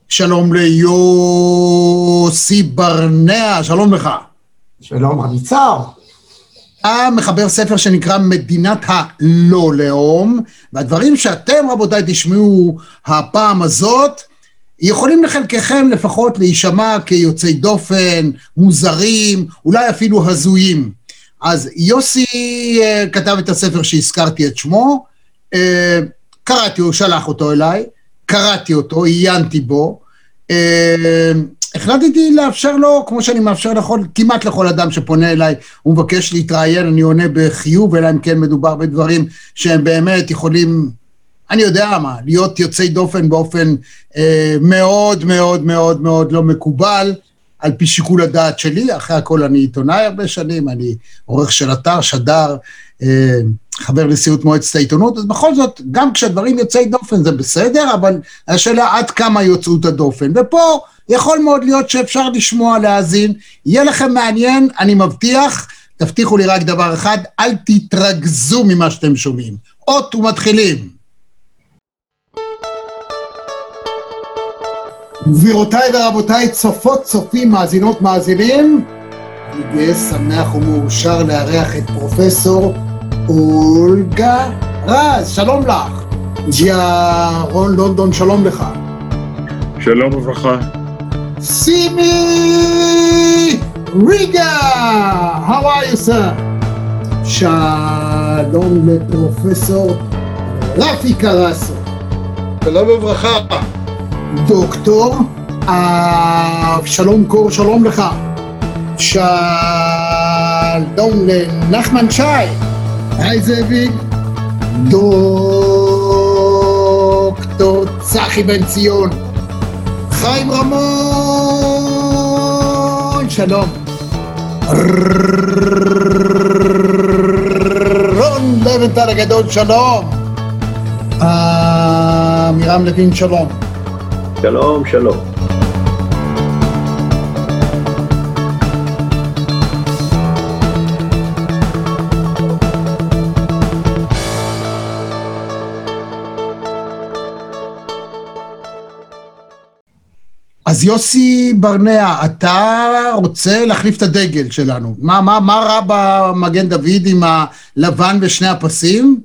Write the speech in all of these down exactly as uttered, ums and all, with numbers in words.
שלום ליוסי ברנע, שלום לך. שלום רביצר. מחבר ספר שנקרא מדינת הלא לאום, והדברים שאתם רבותיי תשמעו הפעם הזאת, יכולים לחלקכם לפחות להישמע כיוצאי דופן, מוזרים, אולי אפילו הזויים. אז יוסי כתב את הספר שהזכרתי את שמו, קראתי, הוא שלח אותו אליי, קראתי אותו, עיינתי בו, החלטתי לאפשר לו, כמו שאני מאפשר לכל, כמעט לכל אדם שפונה אליי, הוא מבקש להתראיין, אני עונה בחיוב, אלא אם כן מדובר בדברים שהם באמת יכולים, אני יודע מה, להיות יוצאי דופן באופן אה, מאוד מאוד מאוד מאוד לא מקובל, על פי שיקול הדעת שלי. אחרי הכל אני עיתונאי הרבה שנים, אני עורך של אתר, שדר, אה, חבר נשיאות מועצת העיתונות, אז בכל זאת, גם כשהדברים יוצאי דופן זה בסדר, אבל השאלה עד כמה יוצאו את הדופן, ופה יכול מאוד להיות שאפשר לשמוע, להאזין, יהיה לכם מעניין, אני מבטיח, תבטיחו לי רק דבר אחד, אל תתרגזו ממה שאתם שומעים. אות ומתחילים. גבירותיי ורבותיי, צופות, צופים, מאזינות, מאזינים, אני גאה, שמח ומאושר לארח את פרופסור אולגה רז, שלום לך. ג'יה רון לונדון, שלום לך. שלום וברכה. סימי ריגה, how are you sir? שלום לפרופסור רפי קרסו. שלום וברכה. דוקטור שלום קור, שלום לך. שלום לנחמן שי. היי זאביק. דוקטור צחי בן ציון. חיים רמון, שלום. רון לבנטל הגדול, שלום. מירם לוין, שלום. שלום, שלום. אז יוסי ברנע, אתה רוצה להחליף את הדגל שלנו. מה, מה, מה רע במגן דוד עם הלבן ושני הפסים?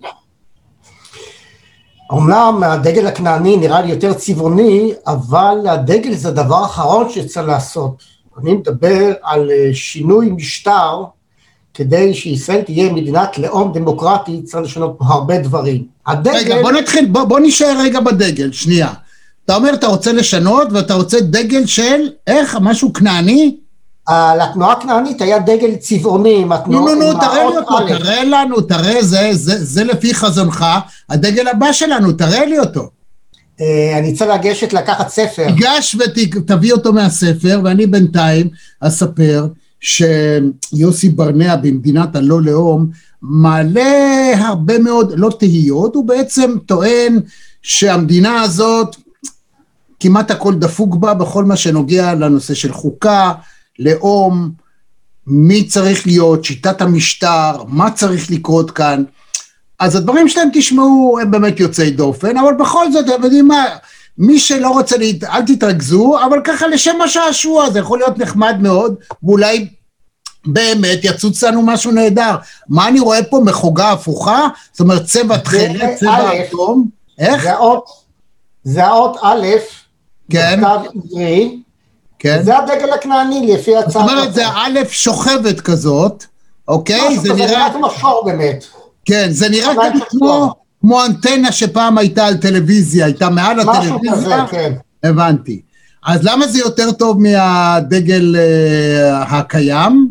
אומנם הדגל הכנעני נראה לי יותר צבעוני, אבל הדגל זה הדבר האחרון שצריך לעשות. אני מדבר על שינוי משטר, כדי שישראל תהיה מדינת לאום דמוקרטית, צריך לשנות פה הרבה דברים. הדגל... רגע, בוא נתחיל, בוא, בוא נשאר רגע בדגל, שנייה. אתה אומר, אתה רוצה לשנות, ואתה רוצה דגל של, איך, משהו כנעני? לתנועה הכנענית היה דגל צבעוני, נו, נו, נו, תראה לי אותו, תראה לנו, תראה, זה, זה, זה לפי חזונך, הדגל הבא שלנו, תראה לי אותו. אני צריך לגשת לקחת ספר. גש ותביא אותו מהספר, ואני בינתיים אספר שיוסי ברנע במדינת הלא לאום, מעלה הרבה מאוד, לא תהיות, הוא בעצם טוען שהמדינה הזאת, כמעט הכל דפוק בה, בכל מה שנוגע לנושא של חוקה, לאום, מי צריך להיות, שיטת המשטר, מה צריך לקרות כאן. אז הדברים שלהם תשמעו, הם באמת יוצאי דופן, אבל בכל זאת, אתם יודעים מה, מי שלא רוצה, להת... אל תתרכזו, אבל ככה לשם השעשוע, זה יכול להיות נחמד מאוד, ואולי באמת יצוץ לנו משהו נהדר. מה אני רואה פה? מחוגה הפוכה? זאת אומרת, צבע תכלת, צבע אטום. איך? זה האות, זה האות א', כן. מרכב עברי, כן. זה הדגל הכנעני לפי הצעת. זאת אומרת, זה א' שוכבת כזאת, אוקיי? זה נראה... משהו כזה, משור באמת. כן, זה נראה כמו, כמו אנטנה שפעם הייתה על טלוויזיה, הייתה מעל הטלוויזיה. משהו כזה, כן. הבנתי. אז למה זה יותר טוב מהדגל uh, הקיים?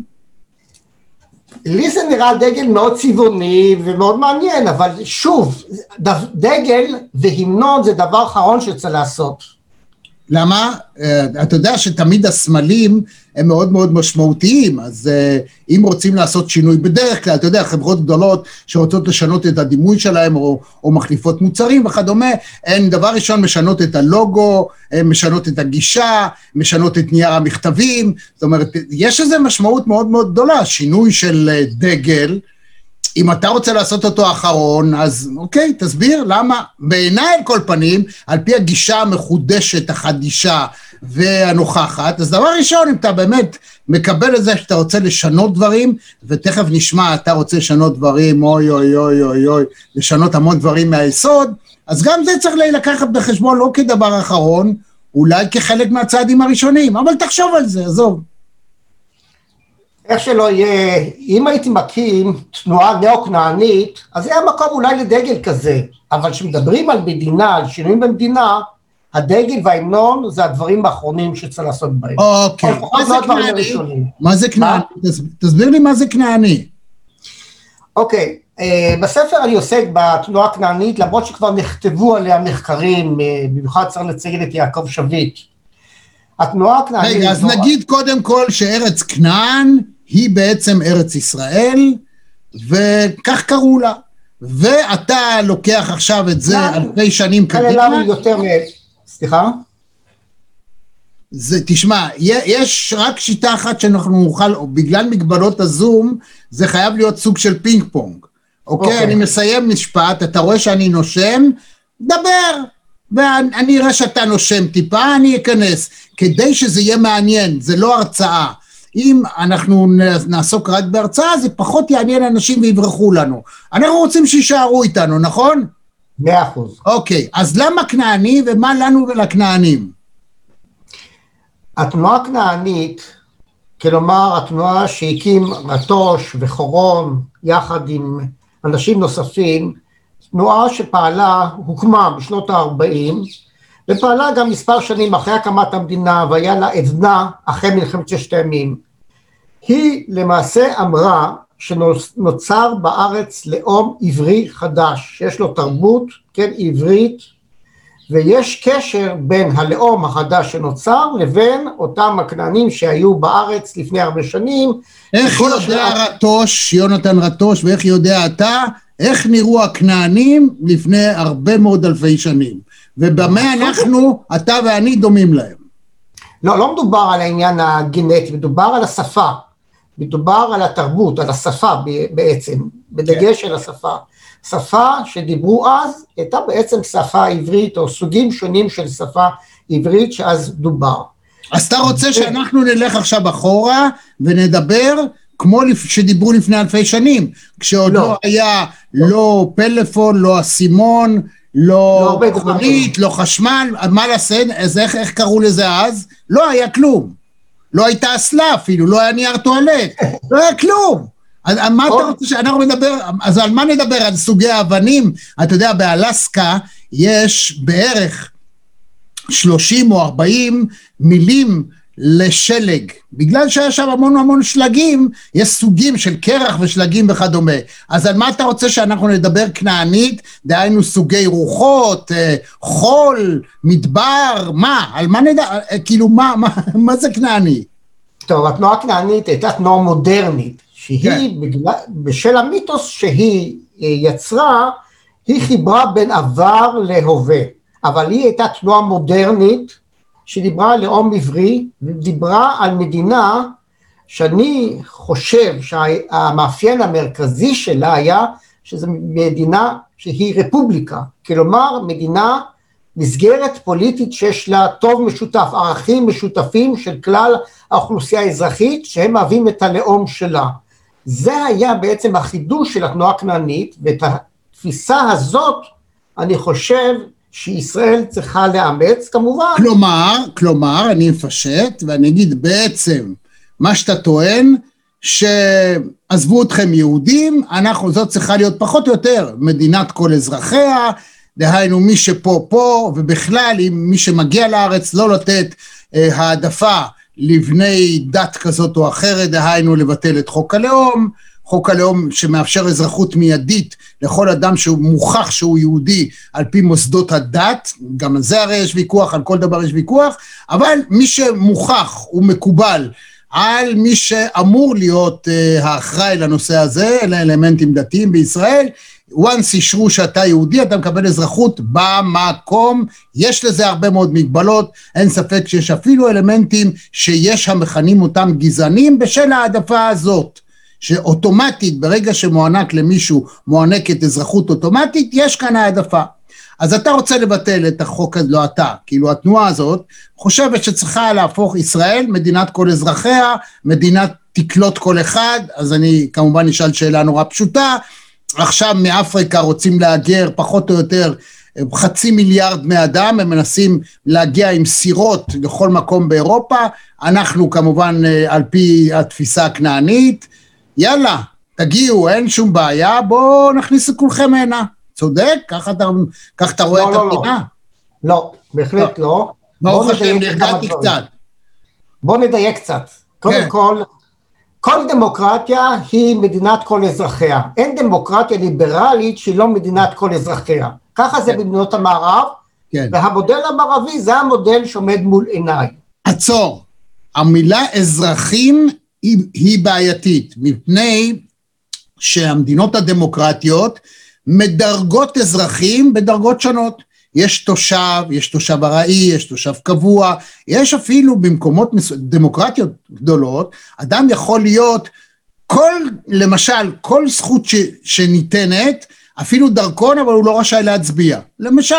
לי זה נראה דגל מאוד צבעוני ומאוד מעניין, אבל שוב, דגל והמנון זה דבר אחרון שצריך לעשות. למה? אתה יודע שתמיד הסמלים הם מאוד מאוד משמעותיים, אז אם רוצים לעשות שינוי, בדרך כלל, אתה יודע, חברות גדולות שרוצות לשנות את הדימוי שלהם, או, או מחליפות מוצרים וכדומה, הן דבר ראשון משנות את הלוגו, משנות את הגישה, משנות את נייר המכתבים, זאת אומרת, יש איזו משמעות מאוד מאוד גדולה, שינוי של דגל, אם אתה רוצה לעשות אותו אחרון, אז אוקיי, תסביר למה, בעיניי על כל פנים, על פי הגישה המחודשת, החדישה והנוכחת, אז דבר ראשון, אם אתה באמת מקבל את זה שאתה רוצה לשנות דברים, ותכף נשמע, אתה רוצה לשנות דברים, אוי אוי אוי אוי אוי, לשנות המון דברים מהיסוד, אז גם זה צריך לקחת בחשבון לא כדבר אחרון, אולי כחלק מהצעדים הראשונים, אבל תחשוב על זה, עזוב. איך שלא יהיה, אם הייתי מקים תנועה נאו-כנענית, אז היה מקום אולי לדגל כזה, אבל כשמדברים על מדינה, על שינויים במדינה, הדגל וההמנון זה הדברים האחרונים שצריך לעשות בהם. אוקיי, מה זה כנעני? מה זה כנעני? תסביר לי מה זה כנעני. אוקיי, בספר אני עוסק בתנועה הכנענית, למרות שכבר נכתבו עליה מחקרים, במיוחד צריך לציין את יעקב שביט. התנועה הכנענית... רגע, אז נגיד קודם כל שארץ כנען היא בעצם ארץ ישראל, וכך קראו לה. ואתה לוקח עכשיו את זה אלפי שנים קדימה. יותר... סליחה? זה, תשמע, יש רק שיטה אחת שאנחנו נוכל, בגלל מגבלות הזום, זה חייב להיות סוג של פינג פונג. אוקיי, אני מסיים משפט, אתה רואה שאני נושם, דבר. ואני אראה שאתה נושם טיפה, אני אכנס, כדי שזה יהיה מעניין, זה לא הרצאה. אם אנחנו נעסוק רק בהרצאה, זה פחות יעניין אנשים ויברחו לנו. אנחנו רוצים שישארו איתנו, נכון? מאה אחוז. אוקיי, אז למה כנעני ומה לנו ולכנענים? התנועה הכנענית, כלומר התנועה שהקים רטוש וחורון, יחד עם אנשים נוספים, תנועה שפעלה, הוקמה בשנות ה-ארבעים, ופעלה גם מספר שנים אחרי הקמת המדינה, והיה לה עדנה אחרי מלחמת ששת הימים. היא למעשה אמרה שנוצר בארץ לאום עברי חדש, שיש לו תרבות, כן, עברית, ויש קשר בין הלאום החדש שנוצר, לבין אותם הכנענים שהיו בארץ לפני הרבה שנים. איך יודע רטוש, יונתן רטוש, ואיך יודע אתה, איך נראו הכנענים לפני הרבה מאוד אלפי שנים, ובמה אנחנו, אתה ואני, דומים להם? לא, לא מדובר על העניין הגנטי, מדובר על השפה, מדובר על התרבות, על השפה בעצם, בדגש על השפה. שפה שדיברו אז, הייתה בעצם שפה עברית, או סוגים שונים של שפה עברית שאז דובר. אז אתה רוצה שאנחנו נלך עכשיו אחורה, ונדבר כמו שדיברו לפני אלפי שנים, כשעוד לא, לא היה לא פלאפון, לא אסימון, לא חורית, לא, לא חשמל, מה לעשות, אז איך, איך קראו לזה אז? לא היה כלום, לא הייתה אסלה אפילו, לא היה נייר טואלט, לא היה כלום. אז מה אתה רוצה שאנחנו נדבר, אז על מה נדבר? על סוגי האבנים? אתה יודע, באלסקה יש בערך שלושים או ארבעים מילים לשלג, בגלל שהיה שם המון המון שלגים, יש סוגים של קרח ושלגים וכדומה. אז על מה אתה רוצה שאנחנו נדבר כנענית? דהיינו סוגי רוחות, חול, מדבר, מה? על מה נדבר? כאילו מה, מה, מה זה כנעני? טוב, התנועה הכנענית הייתה תנועה מודרנית, שהיא, כן. בגלל, בשל המיתוס שהיא יצרה, היא חיברה בין עבר להווה, אבל היא הייתה תנועה מודרנית, שדיברה על לאום עברי, ודיברה על מדינה, שאני חושב שהמאפיין המרכזי שלה היה, שזו מדינה שהיא רפובליקה, כלומר מדינה מסגרת פוליטית שיש לה טוב משותף, ערכים משותפים של כלל האוכלוסייה האזרחית, שהם מהווים את הלאום שלה. זה היה בעצם החידוש של התנועה הכנענית, ואת התפיסה הזאת אני חושב שישראל צריכה לאמץ, כמובן. כלומר, כלומר, אני אפשט ואני אגיד בעצם, מה שאתה טוען, שעזבו אתכם יהודים, אנחנו, זאת צריכה להיות פחות או יותר מדינת כל אזרחיה, דהיינו מי שפה פה, ובכלל אם מי שמגיע לארץ לא לתת אה, העדפה לבני דת כזאת או אחרת, דהיינו לבטל את חוק הלאום, חוק הלאום שמאפשר אזרחות מיידית לכל אדם שהוא מוכח שהוא יהודי על פי מוסדות הדת, גם על זה הרי יש ויכוח, על כל דבר יש ויכוח, אבל מי שמוכח ומקובל על מי שאמור להיות uh, האחראי לנושא הזה, לאלמנטים דתיים בישראל, once אישרו שאתה יהודי, אתה מקבל אזרחות במקום, יש לזה הרבה מאוד מגבלות, אין ספק שיש אפילו אלמנטים שיש המכנים אותם גזענים בשל העדפה הזאת, שאוטומטית, ברגע שמוענק למישהו מוענקת אזרחות אוטומטית, יש כאן העדפה. אז אתה רוצה לבטל את החוק הזה, לא אתה, כאילו התנועה הזאת, חושבת שצריכה להפוך ישראל, מדינת כל אזרחיה, מדינת תקלוט כל אחד, אז אני כמובן נשאל שאלה נורא פשוטה, עכשיו מאפריקה רוצים להגר פחות או יותר חצי מיליארד בני אדם, הם מנסים להגיע עם סירות לכל מקום באירופה, אנחנו כמובן על פי התפיסה הכנענית, יאללה, תגיעו, אין שום בעיה, בואו נכניס את כולכם הנה. צודק? ככה אתה, כך אתה רואה לא, את לא, המדינה? לא, לא, בהחלט לא. לא. ברוך השם, נרגעתי קצת. בואו נדייק קצת. קודם כן. כל, כל דמוקרטיה היא מדינת כל אזרחיה. אין דמוקרטיה ליברלית שהיא לא מדינת כל אזרחיה. ככה זה כן. במדינות המערב, כן. והמודל המערבי זה המודל שעומד מול עיניי. עצור, המילה אזרחים היא, היא בעייתית, מפני שהמדינות הדמוקרטיות מדרגות אזרחים בדרגות שונות. יש תושב, יש תושב ארעי, יש תושב קבוע, יש אפילו במקומות דמוקרטיות גדולות, אדם יכול להיות כל, למשל, כל זכות ש, שניתנת, אפילו דרכון, אבל הוא לא רשאי להצביע. למשל,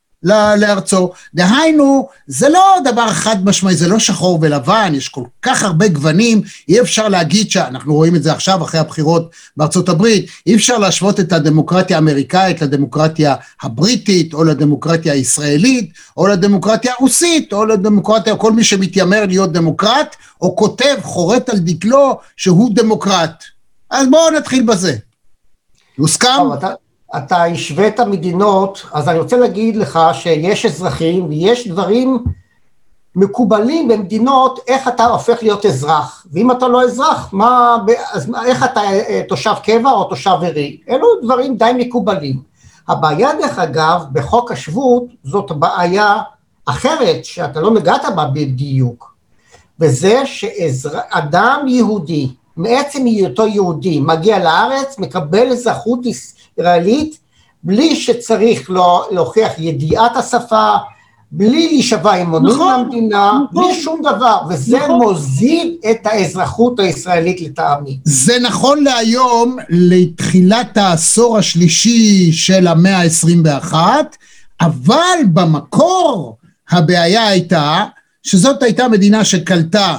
לארצו. דהיינו, זה לא דבר חד משמעי, זה לא שחור ולבן, יש כל כך הרבה גוונים, אי אפשר להגיד שאנחנו רואים את זה עכשיו אחרי הבחירות בארצות הברית, אי אפשר להשוות את הדמוקרטיה האמריקאית לדמוקרטיה הבריטית, או לדמוקרטיה הישראלית, או לדמוקרטיה הרוסית, או לדמוקרטיה, כל מי שמתיימר להיות דמוקרט, או כותב, חורט על דקלו, שהוא דמוקרט. אז בואו נתחיל בזה. הוסכם? אתה... אתה השווית המדינות, אז אני רוצה להגיד לך שיש אזרחים ויש דברים מקובלים במדינות, איך אתה הופך להיות אזרח, ואם אתה לא אזרח, מה, אז איך אתה תושב קבע או תושב ארעי, אלו דברים די מקובלים. הבעיה דרך אגב, בחוק השבות, זאת בעיה אחרת, שאתה לא נגעת בה בדיוק, וזה שאדם יהודי, מעצם היותו יהודי, מגיע לארץ, מקבל אזרחות ישראלית, בלי שצריך להוכיח ידיעת השפה, בלי להישבע אמונים נכון, למדינה, נכון, בלי שום דבר, וזה נכון. מוזיל את האזרחות הישראלית לטעמי. זה נכון להיום, לתחילת העשור השלישי של המאה ה-עשרים ואחת, אבל במקור הבעיה הייתה, שזאת הייתה מדינה שקלטה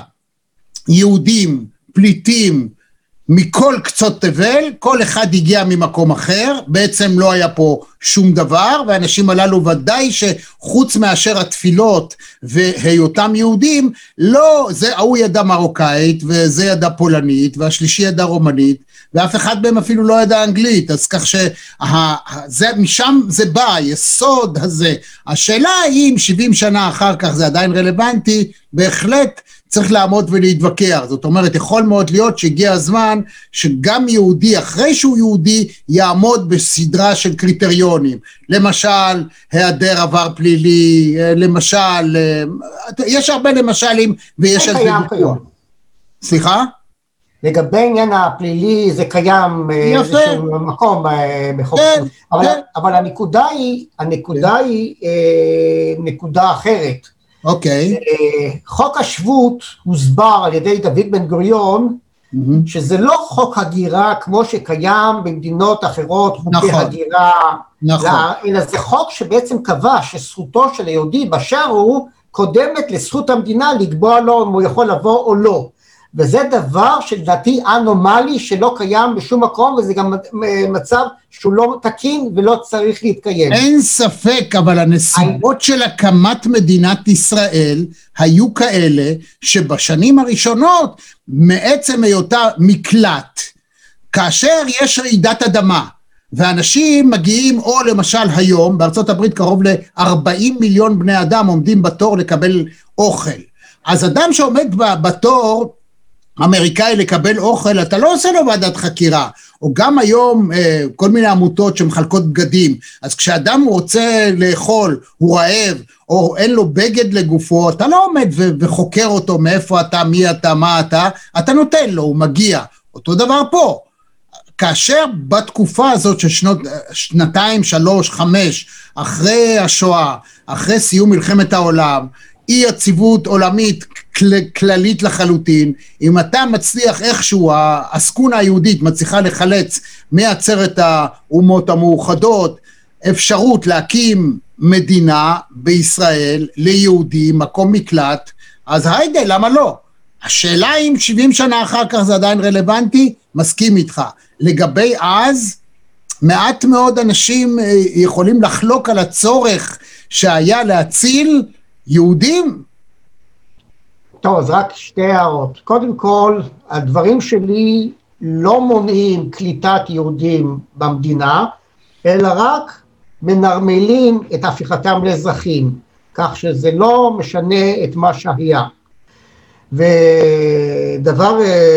יהודים, פליטים, מכל קצות תבל, כל אחד הגיע ממקום אחר, בעצם לא היה פה שום דבר, והאנשים הללו ודאי שחוץ מאשר התפילות והיותם יהודים, לא, זה, הוא ידע מרוקאית, וזה ידע פולנית, והשלישי ידע רומנית, ואף אחד מהם אפילו לא ידע אנגלית, אז כך שמשם זה בא, היסוד הזה. השאלה היא אם שבעים שנה אחר כך זה עדיין רלוונטי, בהחלט צריך לעמוד ולהתווכח, זאת אומרת, יכול מאוד להיות שהגיע הזמן שגם יהודי, אחרי שהוא יהודי, יעמוד בסדרה של קריטריונים, למשל, היעדר עבר פלילי, למשל, יש הרבה למשלים, ויש על זה ויכוח. סליחה? לגבי עניין הפלילי, זה קיים איזשהו מקום בחוק, כן, אבל, כן. אבל הנקודה היא, הנקודה כן. היא נקודה אחרת. אוקיי. חוק השבות הוסבר על ידי דוד בן גוריון, mm-hmm. שזה לא חוק הגירה כמו שקיים במדינות אחרות, חוקי נכון. הגירה, נכון. אלא זה חוק שבעצם קבע שזכותו של היהודי באשר הוא, קודמת לזכות המדינה לקבוע לו אם הוא יכול לבוא או לא. וזה דבר שלדעתי אנומלי שלא קיים בשום מקום, וזה גם מצב שהוא לא תקין ולא צריך להתקיים. אין ספק, אבל הנסיבות של הקמת מדינת ישראל היו כאלה שבשנים הראשונות, מעצם היותה מקלט, כאשר יש רעידת אדמה, ואנשים מגיעים, או למשל היום, בארצות הברית קרוב ל-ארבעים מיליון בני אדם עומדים בתור לקבל אוכל. אז אדם שעומד בתור, אמריקאי לקבל אוכל, אתה לא עושה לו ועדת חקירה, או גם היום כל מיני עמותות שמחלקות בגדים, אז כשאדם רוצה לאכול, הוא רעב, או אין לו בגד לגופו, אתה לא עומד וחוקר אותו מאיפה אתה, מי אתה, מה אתה, אתה נותן לו, הוא מגיע, אותו דבר פה, כאשר בתקופה הזאת של שנות, שנתיים, שלוש, חמש, אחרי השואה, אחרי סיום מלחמת העולם, אי יציבות עולמית כל, כללית לחלוטין, אם אתה מצליח איכשהו, העסקונה היהודית מצליחה לחלץ מעצרת האומות המאוחדות, אפשרות להקים מדינה בישראל ליהודים, מקום מקלט, אז היידה, למה לא? השאלה אם שבעים שנה אחר כך זה עדיין רלוונטי, מסכים איתך. לגבי אז, מעט מאוד אנשים יכולים לחלוק על הצורך שהיה להציל יהודים. טוב, אז רק שתי הערות. קודם כל, הדברים שלי לא מונעים קליטת יהודים במדינה, אלא רק מנרמלים את הפיכתם לאזרחים, כך שזה לא משנה את מה שהיה. ודבר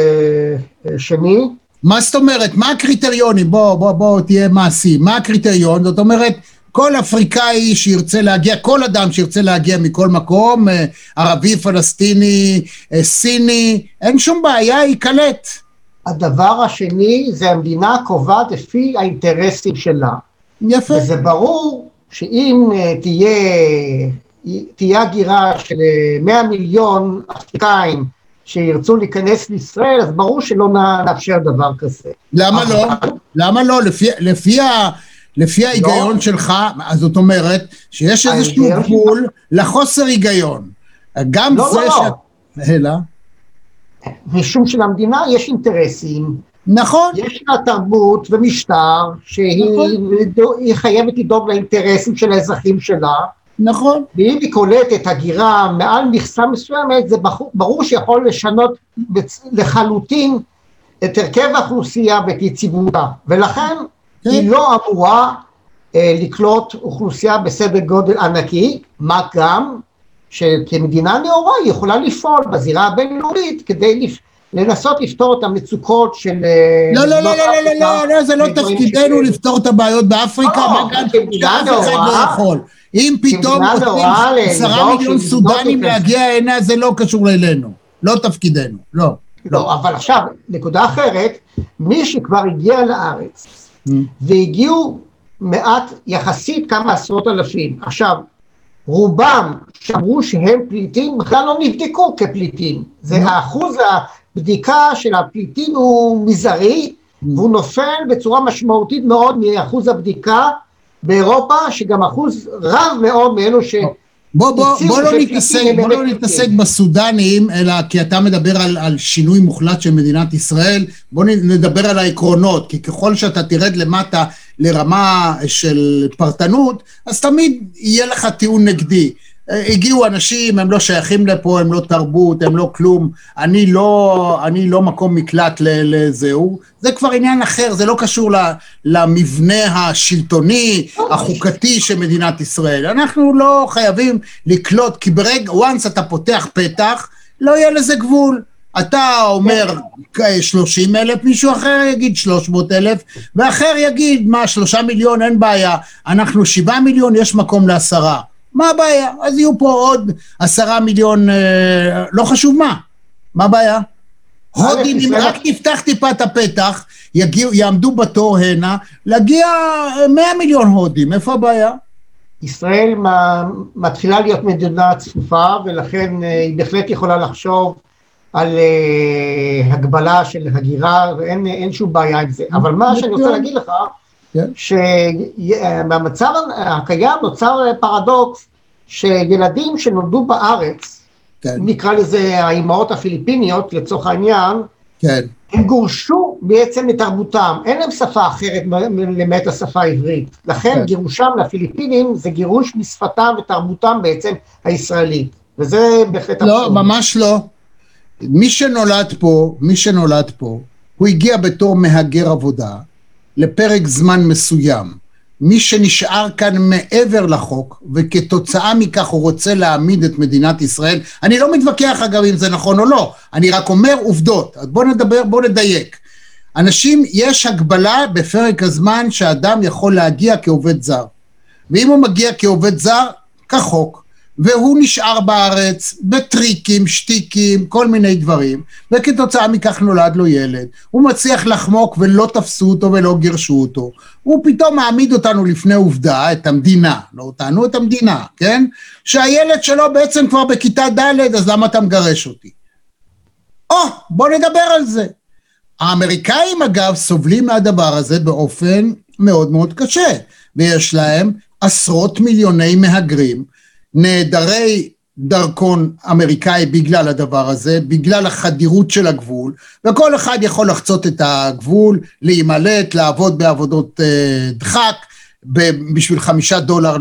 שני, מה זאת אומרת? מה הקריטריונים? בוא, בוא, בוא, תהיה מעשי. מה הקריטריון? זאת אומרת, כל אפריקאי שירצה להגיע, כל אדם שירצה להגיע מכל מקום, ערבי, פלסטיני, סיני, אין שום בעיה, ייקלט. הדבר השני זה המדינה קובעת לפי האינטרסים שלה. יפה. וזה ברור שאם תהיה, תהיה הגירה של מאה מיליון אפריקאים שירצו להיכנס לישראל, אז ברור שלא נאפשר דבר כזה. למה לא? למה לא? לפי, לפי ה... לפי ההיגיון שלך, אז זאת אומרת שיש איזשהו גבול לחוסר היגיון. גם זה ש... אלא? משום שלמדינה יש אינטרסים. נכון. יש לה תרבות ומשטר שהיא חייבת לדאוג לאינטרסים של האזרחים שלה. נכון. ואם היא קולטת הגירה מעל מכסה מסוימת, זה ברור שיכול לשנות לחלוטין את הרכב האוכלוסייה ואת יציבותה. ולכן היא לא אמורה אה, לקלוט אוכלוסייה בסדר גודל ענקי, מה גם שכמדינה נאורה היא יכולה לפעול בזירה הבינלאומית כדי לפ... לנסות לפתור את המצוקות של... לא, לא, לא, לא, לא, לא, לא, זה לא תפקידנו לפתור את הבעיות באפריקה, מה גם שאף אחד לא יכול. אם פתאום רוצים עשרה מיליון סודנים להגיע הנה, זה לא קשור אלינו, לא תפקידנו, לא. לא, אבל עכשיו, נקודה אחרת, מי שכבר הגיע לארץ, והגיעו מעט יחסית כמה עשרות אלפים. עכשיו, רובם שאמרו שהם פליטים, בכלל לא נבדקו כפליטים. זה האחוז הבדיקה של הפליטים הוא מזערי, והוא נופל בצורה משמעותית מאוד מאחוז הבדיקה באירופה, שגם אחוז רב מאוד מאלו ש... בוא, בוא, בוא לא נתעסק, בוא לא נתעסק בסודנים, אלא כי אתה מדבר על, על שינוי מוחלט של מדינת ישראל, בוא נדבר על העקרונות, כי ככל שאתה תרד למטה לרמה של פרטנות, אז תמיד יהיה לך טיעון נגדי. הגיעו אנשים, הם לא שייכים לפה, הם לא תרבות, הם לא כלום, אני לא, אני לא מקום מקלט לזהו, זה כבר עניין אחר, זה לא קשור למבנה השלטוני, החוקתי של מדינת ישראל. אנחנו לא חייבים לקלוט, כי ברגע, once אתה פותח פתח, לא יהיה לזה גבול. אתה אומר שלושים אלף, מישהו אחר יגיד שלוש מאות אלף, ואחר יגיד, מה, שלושה מיליון, אין בעיה, אנחנו שבעה מיליון, יש מקום לעשרה. מה הבעיה? אז יהיו פה עוד עשרה מיליון, אה, לא חשוב מה. מה הבעיה? הודים, אם רק נפתח טיפה את הפתח, יגיעו, יעמדו בתור הנה, להגיע מאה מיליון הודים, איפה הבעיה? ישראל מתחילה להיות מדינה צפופה, ולכן היא בהחלט יכולה לחשוב על uh, הגבלה של הגירה, ואין אין שום בעיה עם זה. אבל מה שאני רוצה להגיד לך, שבמצב הקיים נוצר פרדוקס, שילדים שנולדו בארץ, נקרא לזה האימהות הפיליפיניות לצורך העניין, הם גורשו בעצם מתרבותם, אין להם שפה אחרת למעט השפה העברית, לכן גירושם לפיליפינים זה גירוש משפתם ותרבותם בעצם הישראלית, וזה בהחלט... לא, ממש לא. מי שנולד פה, מי שנולד פה, הוא הגיע בתור מהגר עבודה, לפרק זמן מסוים. מי שנשאר כאן מעבר לחוק, וכתוצאה מכך הוא רוצה להעמיד את מדינת ישראל, אני לא מתווכח אגב אם זה נכון או לא, אני רק אומר עובדות, אז בוא נדבר, בוא נדייק. אנשים, יש הגבלה בפרק הזמן שאדם יכול להגיע כעובד זר, ואם הוא מגיע כעובד זר, כחוק, והוא נשאר בארץ בטריקים, שטיקים, כל מיני דברים, וכתוצאה מכך נולד לו ילד. הוא מצליח לחמוק ולא תפסו אותו ולא גירשו אותו. הוא פתאום מעמיד אותנו לפני עובדה, את המדינה, לא אותנו, את המדינה, כן? שהילד שלו בעצם כבר בכיתה ד', אז למה אתה מגרש אותי? או, בוא נדבר על זה. האמריקאים אגב סובלים מהדבר הזה באופן מאוד מאוד קשה, ויש להם עשרות מיליוני מהגרים, נעדרי דרכון אמריקאי בגלל הדבר הזה, בגלל החדירות של הגבול, וכל אחד יכול לחצות את הגבול, להימלט, לעבוד בעבודות אה, דחק, בשביל חמישה דולר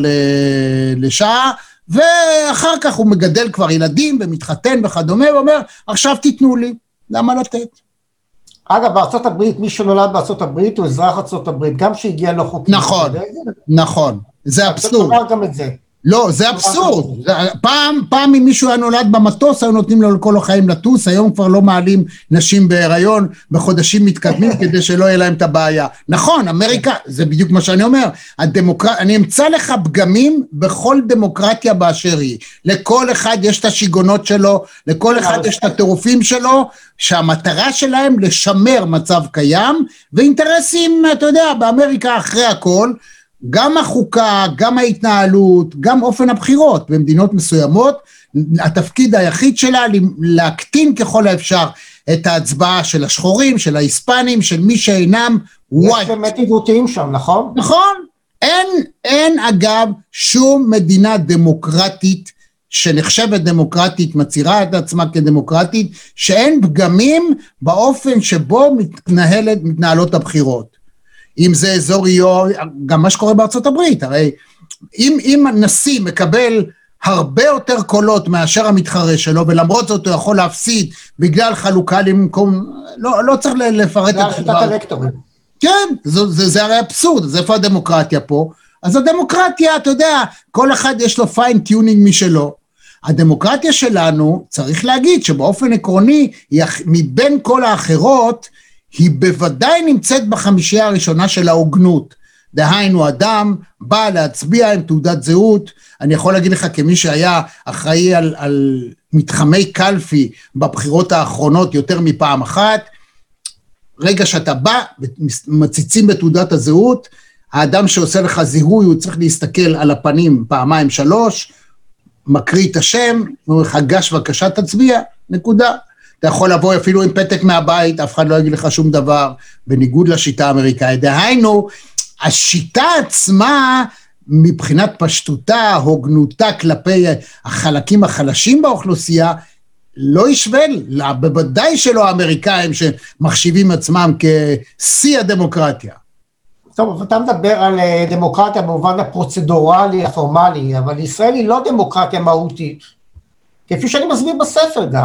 לשעה, ואחר כך הוא מגדל כבר ילדים ומתחתן וכדומה, ואומר, עכשיו תיתנו לי, למה לתת? אגב, בארצות הברית, מי שנולד בארצות הברית הוא אזרח ארצות הברית, גם שהגיע לו חוקי. נכון, נכון, זה אבסורד. אתה תאמר גם את זה. לא, זה אבסורד. פעם, פעם אם מישהו היה נולד במטוס, היו נותנים לו לכל החיים לטוס, היום כבר לא מעלים נשים בהיריון בחודשים מתקדמים כדי שלא יהיה להם את הבעיה. נכון, אמריקה, זה בדיוק מה שאני אומר, הדמוקרט... אני אמצא לך פגמים בכל דמוקרטיה באשר היא. לכל אחד יש את השיגונות שלו, לכל אחד יש את הטירופים שלו, שהמטרה שלהם לשמר מצב קיים, ואינטרסים, אתה יודע, באמריקה אחרי הכל, גם החוקה, גם ההתנהלות, גם אופן הבחירות במדינות מסוימות, התפקיד היחיד שלה להקטין ככל האפשר את ההצבעה של השחורים, של ההיספנים, של מי שאינם ווייט. יש באמת עיוותים שם, נכון? נכון. אין, אין אגב שום מדינה דמוקרטית שנחשבת דמוקרטית, מצהירה את עצמה כדמוקרטית, שאין פגמים באופן שבו מתנהלת, מתנהלות הבחירות. אם זה אזור איור, גם מה שקורה בארצות הברית, הרי אם, אם נשיא מקבל הרבה יותר קולות מאשר המתחרה שלו, ולמרות זאת הוא יכול להפסיד בגלל חלוקה למקום, לא, לא צריך לפרט את שיטת אלקטורים. כן, זה, זה, זה הרי אבסורד, אז איפה הדמוקרטיה פה? אז הדמוקרטיה, אתה יודע, כל אחד יש לו פיין טיונינג משלו. הדמוקרטיה שלנו, צריך להגיד שבאופן עקרוני, מבין כל האחרות, היא בוודאי נמצאת בחמישייה הראשונה של ההוגנות. דהיינו, אדם בא להצביע עם תעודת זהות, אני יכול להגיד לך כמי שהיה אחראי על, על מתחמי קלפי בבחירות האחרונות יותר מפעם אחת, רגע שאתה בא, מציצים בתעודת הזהות, האדם שעושה לך זיהוי, הוא צריך להסתכל על הפנים פעמיים שלוש, מקריא את השם, הוא חגש בבקשה תצביע, נקודה. אתה יכול לבוא אפילו עם פתק מהבית, אף אחד לא יגיד לך שום דבר, בניגוד לשיטה האמריקאית. דהיינו, השיטה עצמה, מבחינת פשטותה, הוגנותה כלפי החלקים החלשים באוכלוסייה, לא ישבל, בוודאי שלא האמריקאים שמחשיבים עצמם כשיא הדמוקרטיה. טוב, אתה מדבר על דמוקרטיה במובן הפרוצדורלי, הפורמלי, אבל ישראל היא לא דמוקרטיה מהותית, כפי שאני מסביר בספר גם.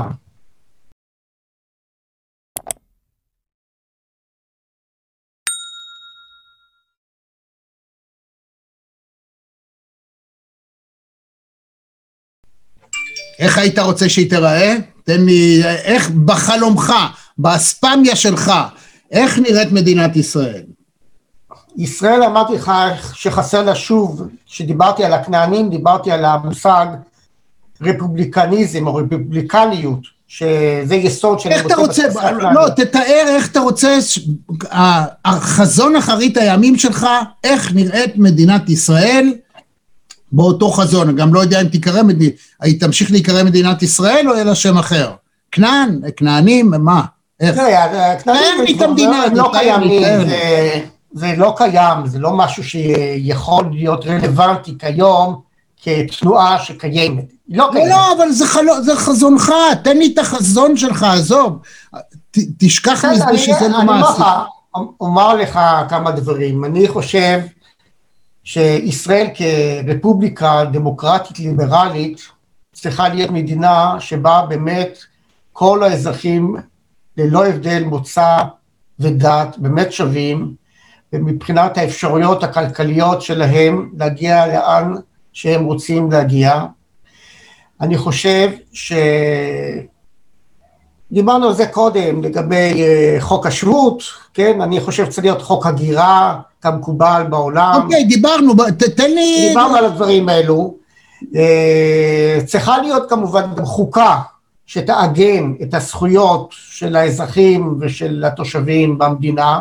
איך היית רוצה שהיא תראה? תן לי, איך בחלומך, באספמיה שלך, איך נראית מדינת ישראל? ישראל, אמרתי לך שחסר לה שוב, שדיברתי על הכנענים, דיברתי על המושג רפובליקניזם או רפובליקניות, שזה יסוד שאני איך אתה רוצה, לא, תתאר איך אתה רוצה, החזון אחרית הימים שלך, איך נראית מדינת ישראל, באותו חזון, גם לא יודע אם תקרא, היא תמשיך להיקרא מדינת ישראל או אלא שם אחר? כנען, כנענים, מה? איך? כנענים לא קיימים, זה לא קיים, זה לא משהו שיכול להיות רלוונטי כיום כתנועה שקיימת. לא, לא, אבל זה חזונך, תן לי את החזון שלך, עזוב, תשכח מזה שזה לא מעשי. אני אומר לך כמה דברים, אני חושב שישראל כרפובליקה דמוקרטית ליברלית צריכה להיות מדינה שבה באמת כל האזרחים ללא הבדל מוצא ודת באמת שווים, ומבחינת האפשרויות הכלכליות שלהם להגיע לאן שהם רוצים להגיע. אני חושב ש... דיברנו על זה קודם לגבי חוק השבות, כן? אני חושב שצריך להיות חוק הגירה כמקובל בעולם. אוקיי, דיברנו, תן לי... דיברנו על הדברים האלו. צריכה להיות כמובן גם חוקה שתעגן את הזכויות של האזרחים ושל התושבים במדינה.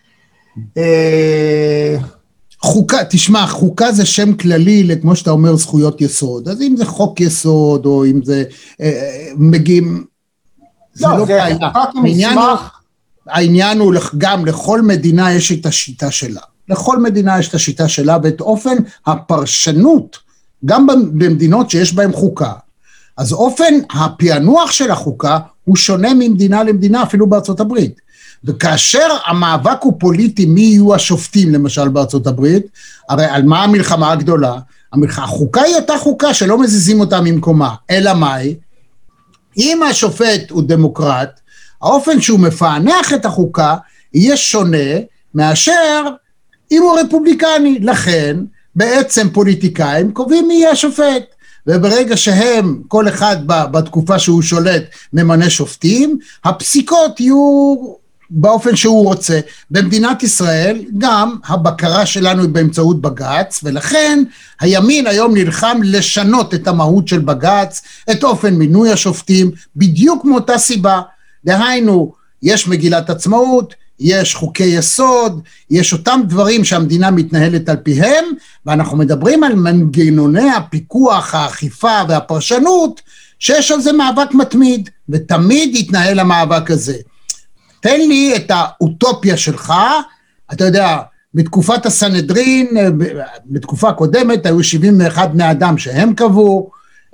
חוקה, תשמע, חוקה זה שם כללי, כמו שאתה אומר, זכויות יסוד. אז אם זה חוק יסוד, או אם זה מגיעים, זה לא בעיה. העניין הוא, העניין הוא גם לכל מדינה יש את השיטה שלה. לכל מדינה יש את השיטה שלה, ואת אופן הפרשנות, גם במדינות שיש בהן חוקה. אז אופן הפענוח של החוקה הוא שונה ממדינה למדינה, אפילו בארצות הברית. וכאשר המאבק הוא פוליטי, מי יהיו השופטים למשל בארצות הברית, הרי על מה המלחמה הגדולה? החוקה היא אותה חוקה שלא מזיזים אותה ממקומה, אלא מאי? אם השופט הוא דמוקרט, האופן שהוא מפענח את החוקה יהיה שונה מאשר אם הוא רפובליקני. לכן בעצם פוליטיקאים קובעים מי יהיה השופט, וברגע שהם, כל אחד בתקופה שהוא שולט ממנה שופטים, הפסיקות יהיו באופן שהוא רוצה. במדינת ישראל גם הבקרה שלנו היא באמצעות בג"ץ, ולכן הימין היום נלחם לשנות את המהות של בג"ץ, את אופן מינוי השופטים, בדיוק מאותה סיבה. דהיינו, יש מגילת עצמאות, יש חוקי יסוד, יש אותם דברים שהמדינה מתנהלת על פיהם, ואנחנו מדברים על מנגנוני הפיקוח, האכיפה והפרשנות, שיש על זה מאבק מתמיד, ותמיד יתנהל המאבק הזה. תן לי את האוטופיה שלך, אתה יודע, בתקופת הסנהדרין, בתקופה קודמת, היו שבעים ואחד בני אדם שהם קבעו,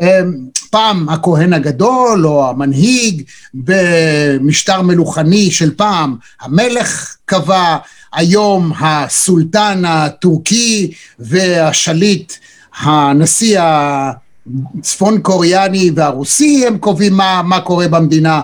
פעם הכהן הגדול או המנהיג, במשטר מלוכני של פעם, המלך קבע, היום הסולטן הטורקי והשליט, הנשיא הצפון קוריאני והרוסי, הם קובעים מה, מה קורה במדינה.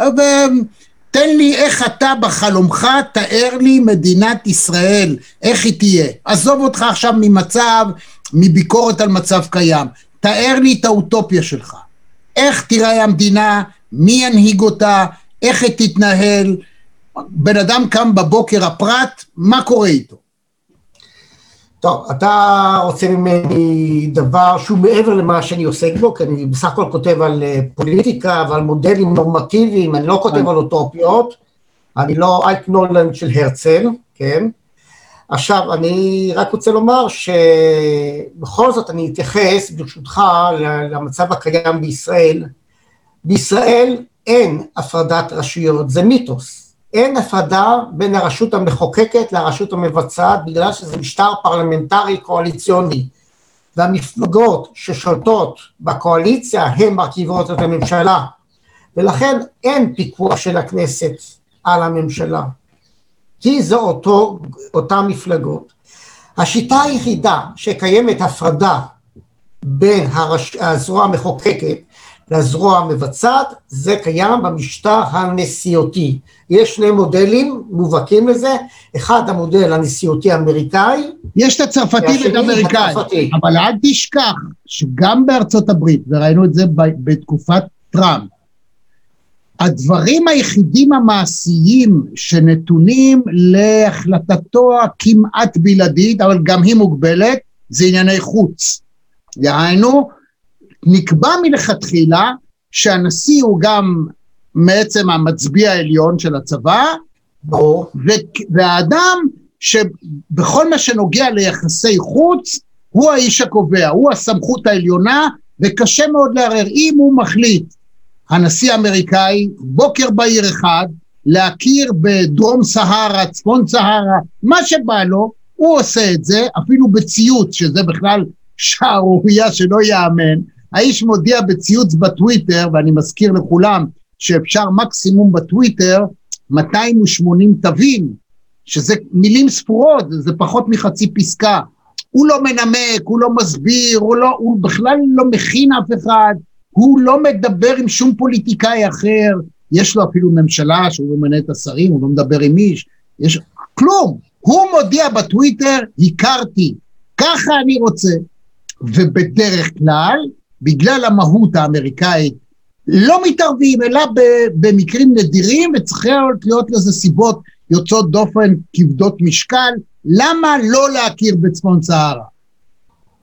ותן לי איך אתה בחלומך, תאר לי מדינת ישראל, איך היא תהיה. עזוב אותך עכשיו ממצב, מביקורת על מצב קיים. תאר לי את האוטופיה שלך. איך תראה המדינה, מי ינהיג אותה, איך היא תתנהל, בן אדם קם בבוקר הפרט, מה קורה איתו? טוב, אתה רוצה ממני דבר שהוא מעבר למה שאני עוסק בו, כי אני בסך הכל כותב על פוליטיקה ועל מודלים נורמטיביים, אני לא כותב על אוטופיות, אני לא אייק נולנד של הרצל, כן? עכשיו, אני רק רוצה לומר שבכל זאת אני אתייחס ברשותך למצב הקיים בישראל. בישראל אין הפרדת רשויות, זה מיתוס. אין הפרדה בין הרשות המחוקקת לרשות המבצעת, בגלל שזה משטר פרלמנטרי קואליציוני. והמפלגות ששולטות בקואליציה הן מרכיבות את הממשלה. ולכן אין פיקוח של הכנסת על הממשלה. כי זו אותו, אותה מפלגות. השיטה היחידה שקיימת הפרדה בין הרש... הזרוע המחוקקת לזרוע המבצעת, זה קיים במשטר הנשיאותי. יש שני מודלים מובהקים לזה, אחד המודל הנשיאותי האמריקאי, יש את הצרפתי ואת האמריקאי, אבל אל תשכח שגם בארצות הברית, וראינו את זה בתקופת טראמפ, הדברים היחידים המעשיים שנתונים להחלטתו הכמעט בלעדית, אבל גם היא מוגבלת, זה ענייני חוץ. יענו, נקבע מלכתחילה שהנשיא הוא גם בעצם המצביע העליון של הצבא, והאדם שבכל מה שנוגע ליחסי חוץ, הוא האיש הקובע, הוא הסמכות העליונה, וקשה מאוד לערער. אם הוא מחליט, הנשיא האמריקאי, בוקר בעיר אחד, להכיר בדרום סהרה, צפון סהרה, מה שבא לו, הוא עושה את זה, אפילו בציוץ, שזה בכלל שערוריה שלא יאמן, האיש מודיע בציוץ בטוויטר, ואני מזכיר לכולם, שאפשר מקסימום בטוויטר, מאתיים ושמונים תווים, שזה מילים ספורות, זה פחות מחצי פסקה, הוא לא מנמק, הוא לא מסביר, הוא, לא, הוא בכלל לא מכין אף אחד, הוא לא מדבר עם שום פוליטיקאי אחר, יש לו אפילו ממשלה שהוא ממנה את השרים, הוא לא מדבר עם איש, יש כלום, הוא מודיע בטוויטר, הכרתי, ככה אני רוצה, ובדרך כלל, בגלל המהות האמריקאית, לא מתערבים, אלא במקרים נדירים, וצריך להיות לזה סיבות יוצאות דופן כבדות משקל, למה לא להכיר בצפון סהרה?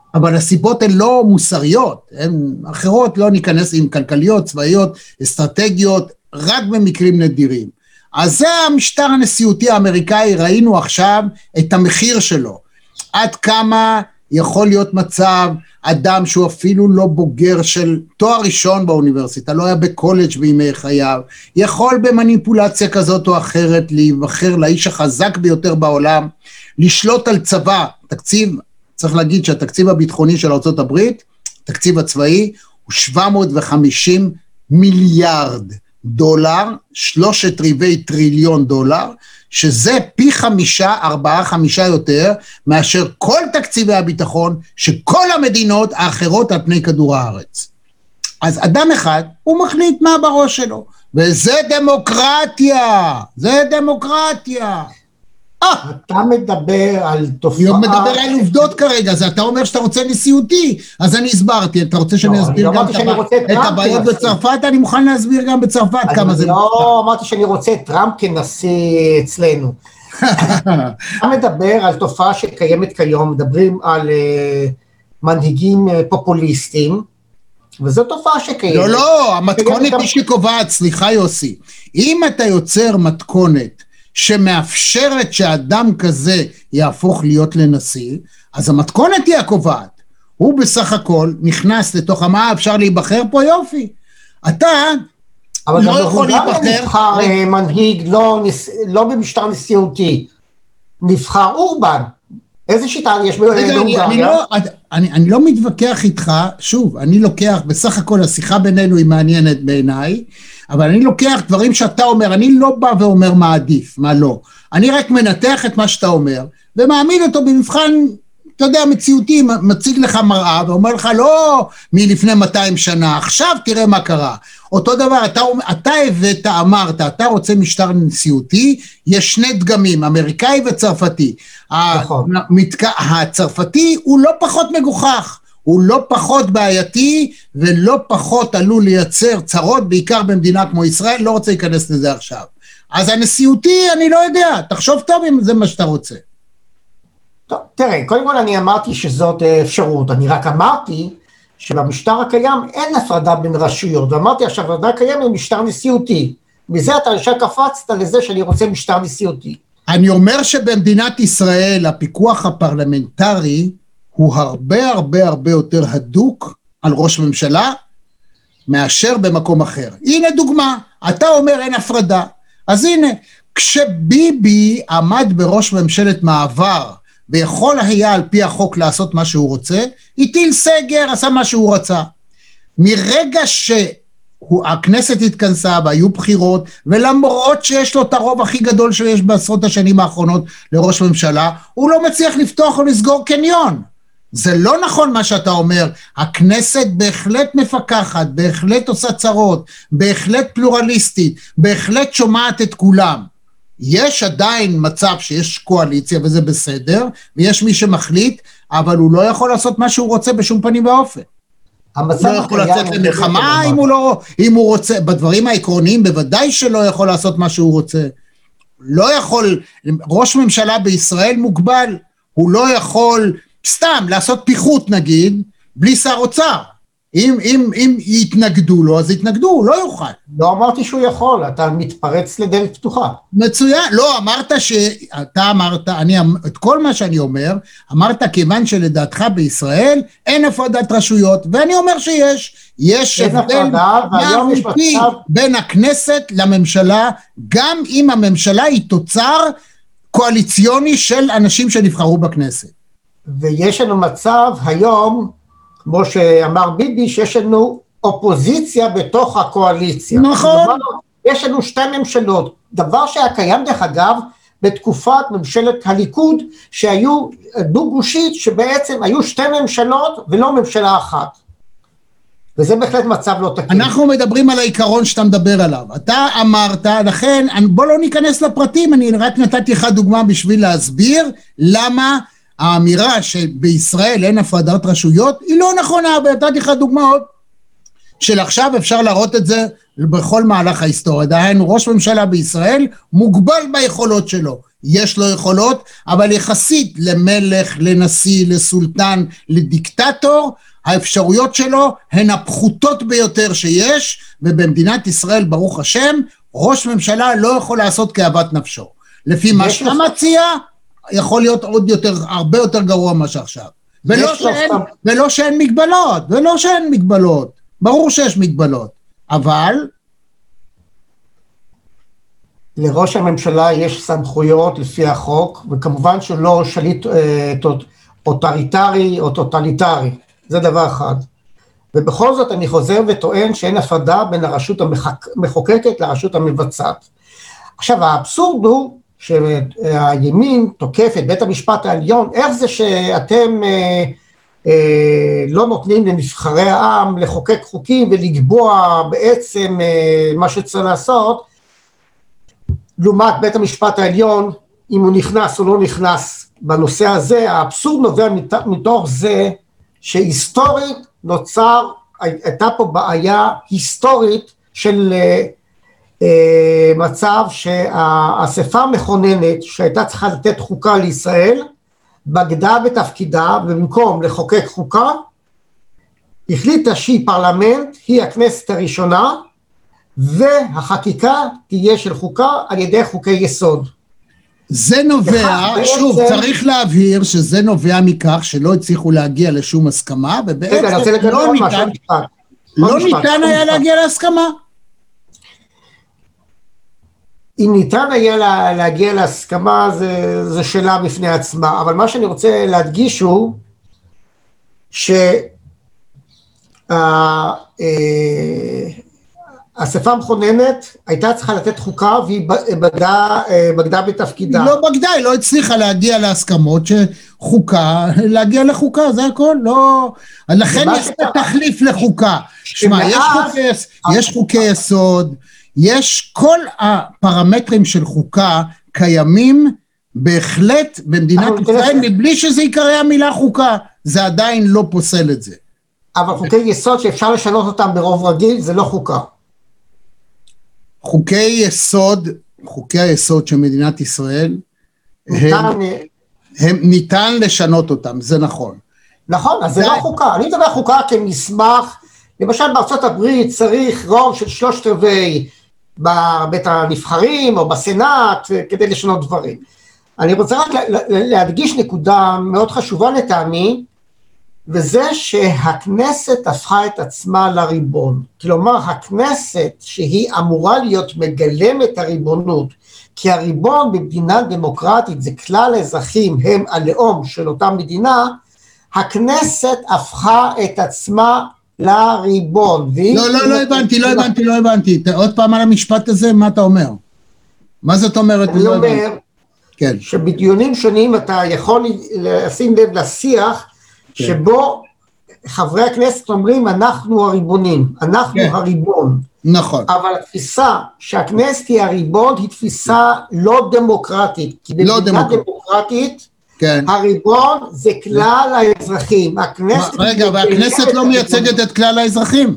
אבל הסיבות הן לא מוסריות, הן אחרות, לא ניכנס עם כלכליות, צבאיות, אסטרטגיות, רק במקרים נדירים. אז זה המשטר הנשיאותי האמריקאי, ראינו עכשיו את המחיר שלו, עד כמה יכול להיות מצב, אדם שהוא אפילו לא בוגר של תואר ראשון באוניברסיטה, לא היה בקולג' בימי חייו, יכול במניפולציה כזאת או אחרת, להיבחר לאיש החזק ביותר בעולם, לשלוט על צבא, תקציב, צריך להגיד שהתקציב הביטחוני של ארצות הברית, תקציב הצבאי, הוא שבע מאות וחמישים מיליארד דולר, שלושת רבעי טריליון דולר, שזה פי חמישה, ארבעה, חמישה יותר, מאשר כל תקציבי הביטחון, שכל המדינות האחרות על פני כדור הארץ. אז אדם אחד, הוא מחליט מה בראש שלו, וזה דמוקרטיה, זה דמוקרטיה. אתה מדבר על תופעה... אני מדבר על עובדות כרגע, אז אתה אומר שאתה רוצה נשיאותי, אז אני הסברתי, אתה רוצה שאני אסביר גם את הבעיות בצרפת, אני מוכן להסביר גם בצרפת כמה זה... לא, אמרתי שאני רוצה טראמפ כנשיא אצלנו. אתה מדבר על תופעה שקיימת כיום, מדברים על מנהיגים פופוליסטים, וזו תופעה שקיימת. לא, לא, המתכונת היא שקובעת, סליחה יוסי, אם אתה יוצר מתכונת, שמאפשרת שאדם כזה יהפוך להיות לנשיא, אז המתכונת היא הקובעת. הוא בסך הכל נכנס לתוך מה אפשר להיבחר פה, יופי. אתה לא יכול להיבחר. אבל נבחר מנהיג לא, לא במשטר נשיאותי, נבחר אורבן. איזה שיטה יש בהונגריה? אני, לא, אני, אני לא מתווכח איתך, שוב, אני לוקח, בסך הכל השיחה בינינו היא מעניינת בעיניי, אבל אני לוקח דברים שאתה אומר, אני לא בא ואומר מה עדיף, מה לא. אני רק מנתח את מה שאתה אומר, ומעמיד אותו במבחן, אתה יודע, מציאותי, מציג לך מראה, ואומר לך, לא מלפני מאתיים שנה, עכשיו תראה מה קרה. אותו דבר, אתה, אתה הבאת, אמרת, אתה רוצה משטר נשיאותי, יש שני דגמים, אמריקאי וצרפתי. נכון. הצרפתי הוא לא פחות מגוחך, הוא לא פחות בעייתי, ולא פחות עלול לייצר צרות, בעיקר במדינה כמו ישראל, לא רוצה להיכנס לזה עכשיו. אז הנשיאותי, אני לא יודע, תחשוב טוב אם זה מה שאתה רוצה. טוב, תראה, קודם כל אני אמרתי שזאת אפשרות, אני רק אמרתי שבמשטר הקיים אין הפרדה בין רשויות, ואמרתי שהפרדה קיימת במשטר נשיאותי, מזה אתה ישר קפצת לזה שאני רוצה משטר נשיאותי. אני אומר שבמדינת ישראל הפיקוח הפרלמנטרי הוא הרבה הרבה הרבה יותר הדוק על ראש ממשלה מאשר במקום אחר. הנה דוגמה, אתה אומר אין הפרדה, אז הנה, כשביבי עמד בראש ממשלת מעבר, ויכול היה על פי החוק לעשות מה שהוא רוצה, הטיל סגר, עשה מה שהוא רצה. מרגע שהכנסת התכנסה והיו בחירות, ולמרות שיש לו את הרוב הכי גדול שיש בעשרות השנים האחרונות לראש ממשלה, הוא לא מצליח לפתוח או לסגור קניון. זה לא נכון מה שאתה אומר, הכנסת בהחלט מפקחת, בהחלט עושה צרות, בהחלט פלורליסטית, בהחלט שומעת את כולם. יש עדיין מצב שיש קואליציה וזה בסדר, ויש מי שמחליט, אבל הוא לא יכול לעשות מה שהוא רוצה בשום פנים ואופן. המצב לא יכול לצאת למלחמה אם הוא לא, אם הוא רוצה, בדברים העקרוניים בוודאי שלא יכול לעשות מה שהוא רוצה. לא יכול, ראש ממשלה בישראל מוגבל, הוא לא יכול סתם לעשות פיחות נגיד, בלי שר אוצר. אם, אם, אם יתנגדו לו, אז יתנגדו, הוא לא יוכל. לא אמרתי שהוא יכול, אתה מתפרץ לדלת פתוחה. מצוין, לא, אמרת שאתה אמרת, אני, את כל מה שאני אומר, אמרת כיוון שלדעתך בישראל אין הפרדת רשויות, ואני אומר שיש, יש הבדל מהותי בין הכנסת לממשלה, גם אם הממשלה היא תוצר קואליציוני של אנשים שנבחרו בכנסת. ויש לנו מצב היום, כמו שאמר ביבי, שיש לנו אופוזיציה בתוך הקואליציה. נכון. דבר, יש לנו שתי ממשלות, דבר שהיה קיים דרך אגב, בתקופת ממשלת הליכוד, שהיו דו גושית, שבעצם היו שתי ממשלות ולא ממשלה אחת. וזה בהחלט מצב לא תקין. אנחנו מדברים על העיקרון שאתה מדבר עליו. אתה אמרת, לכן, בוא לא ניכנס לפרטים, אני רק נתתי לך דוגמה בשביל להסביר למה האמירה שבישראל אין הפרדת רשויות, היא לא נכונה, ונתתי לך דוגמאות, של עכשיו אפשר להראות את זה בכל מהלך ההיסטוריה. דהיינו, ראש ממשלה בישראל מוגבל ביכולות שלו. יש לו יכולות, אבל יחסית למלך, לנשיא, לסולטן, לדיקטטור, האפשרויות שלו הן הפחותות ביותר שיש, ובמדינת ישראל, ברוך השם, ראש ממשלה לא יכול לעשות כאוות נפשו. לפי מה שאתה מציע, יכול להיות עוד יותר, הרבה יותר גרוע מה שעכשיו. ולא שאין, ולא שאין מגבלות, ולא שאין מגבלות. ברור שיש מגבלות, אבל לראש הממשלה יש סמכויות לפי החוק, וכמובן שלא שליט אה, אוטוריטרי או טוטליטרי, זה דבר אחד. ובכל זאת אני חוזר וטוען שאין הפרדה בין הרשות המחוקקת לרשות המבצעת. עכשיו האבסורד הוא שהימין תוקף את בית המשפט העליון, איך זה שאתם אה, אה, לא נותנים לנבחרי העם לחוקק חוקים ולקבוע בעצם אה, מה שצריך לעשות, לעומת בית המשפט העליון, אם הוא נכנס או לא נכנס בנושא הזה. האבסורד נובע מתוך זה שהיסטורית נוצר, הייתה פה בעיה היסטורית של אה, מצב שהאספה המכוננת שהייתה צריכה לתת חוקה לישראל, בגדה בתפקידה, ובמקום לחוקק חוקה, החליטה שהיא פרלמנט, היא הכנסת הראשונה, והחקיקה תהיה של חוקה על ידי חוקי יסוד. זה נובע, שוב, בעצם, צריך להבהיר שזה נובע מכך שלא הצליחו להגיע לשום הסכמה, ובעצם רגע, לא ניתן, לא ניתן היה להגיע להסכמה. אם ניתן היה לה, להגיע להסכמה, זה, זה שאלה בפני עצמה, אבל מה שאני רוצה להדגיש הוא, ש... אה, אה, האספה המכוננת הייתה צריכה לתת חוקה, והיא בגדה, בגדה בתפקידה. היא לא בגדה, היא לא הצליחה להגיע להסכמות שחוקה, להגיע לחוקה, זה הכל, לא... לכן יש את התחליף לחוקה. שמע, יש, יש חוקי יסוד, יש כל הפרמטרים של חוקה קיימים בהחלט במדינת ישראל, מבלי שזה יקרא המילה חוקה, זה עדיין לא פוסל את זה. אבל חוקי יסוד שאפשר לשנות אותם ברוב רגיל, זה לא חוקה. חוקי יסוד, חוקי היסוד של מדינת ישראל, ניתן, הם, הם ניתן לשנות אותם, זה נכון. נכון, אז זה לא חוקה. אני מדבר חוקה כמסמך, למשל בארצות הברית צריך רוב של שלושת רבעי בבית הנבחרים או בסנאט כדי לשנות דברים. אני רוצה רק להדגיש נקודה מאוד חשובה לטעמי, וזה שהכנסת הפכה את עצמה לריבון. כלומר, הכנסת שהיא אמורה להיות מגלמת הריבונות, כי הריבון במדינה דמוקרטית זה כלל האזרחים, הם הלאום של אותה מדינה, הכנסת הפכה את עצמה לריבון. לא, לא, לא הבנתי, לא הבנתי, לא הבנתי. עוד פעם על המשפט הזה, מה אתה אומר? מה זאת אומרת? אני אומר שבדיונים שונים אתה יכול לשים לב לשיח, שבו חברי הכנסת אומרים, אנחנו הריבונים, אנחנו כן. הריבון. נכון. אבל התפיסה שהכנסת היא הריבון, היא תפיסה לא דמוקרטית. כי לא במדינה דמוקרטית, דמוקרטית כן. הריבון זה כלל האזרחים. הכנסת רגע, והכנסת לא מייצגת את כלל האזרחים?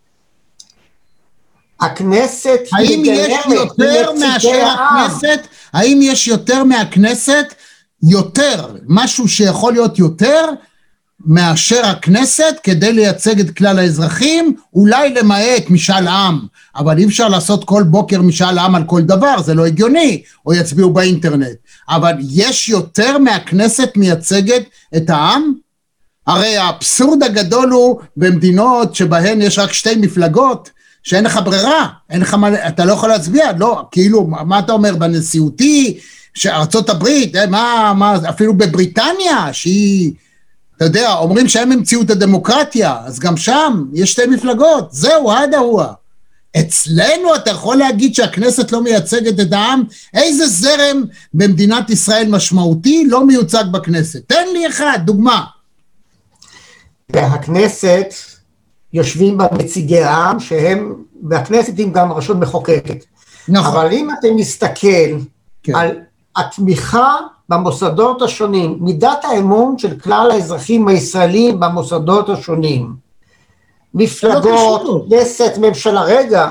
הכנסת האם יש יותר מאשר הכנסת? האם יש יותר מהכנסת? יותר, משהו שיכול להיות יותר מאשר הכנסת כדי לייצג את כלל האזרחים, אולי למעט משאל עם, אבל אי אפשר לעשות כל בוקר משאל עם על כל דבר, זה לא הגיוני, או יצביעו באינטרנט, אבל יש יותר מהכנסת מייצגת את העם? הרי האבסורד הגדול הוא במדינות שבהן יש רק שתי מפלגות, שאין לך ברירה, אין לך מה, אתה לא יכול להצביע, לא, כאילו, מה אתה אומר, בנשיאותי, שארצות הברית, מה, מה, אפילו בבריטניה, שהיא, אתה יודע, אומרים שהם המציאו את הדמוקרטיה, אז גם שם יש שתי מפלגות, זהו, עדה הואה. אצלנו אתה יכול להגיד שהכנסת לא מייצגת את העם? איזה זרם במדינת ישראל משמעותי לא מיוצג בכנסת? תן לי אחד, דוגמה. והכנסת יושבים בנציגי העם, שהם, והכנסת הם גם רשות מחוקקת. נכון. אבל אם אתה מסתכל כן. על התמיכה במוסדות השונים, מידת האמון של כלל האזרחים הישראלים במוסדות השונים, מפלגות, כנסת, ממשלה, רגע,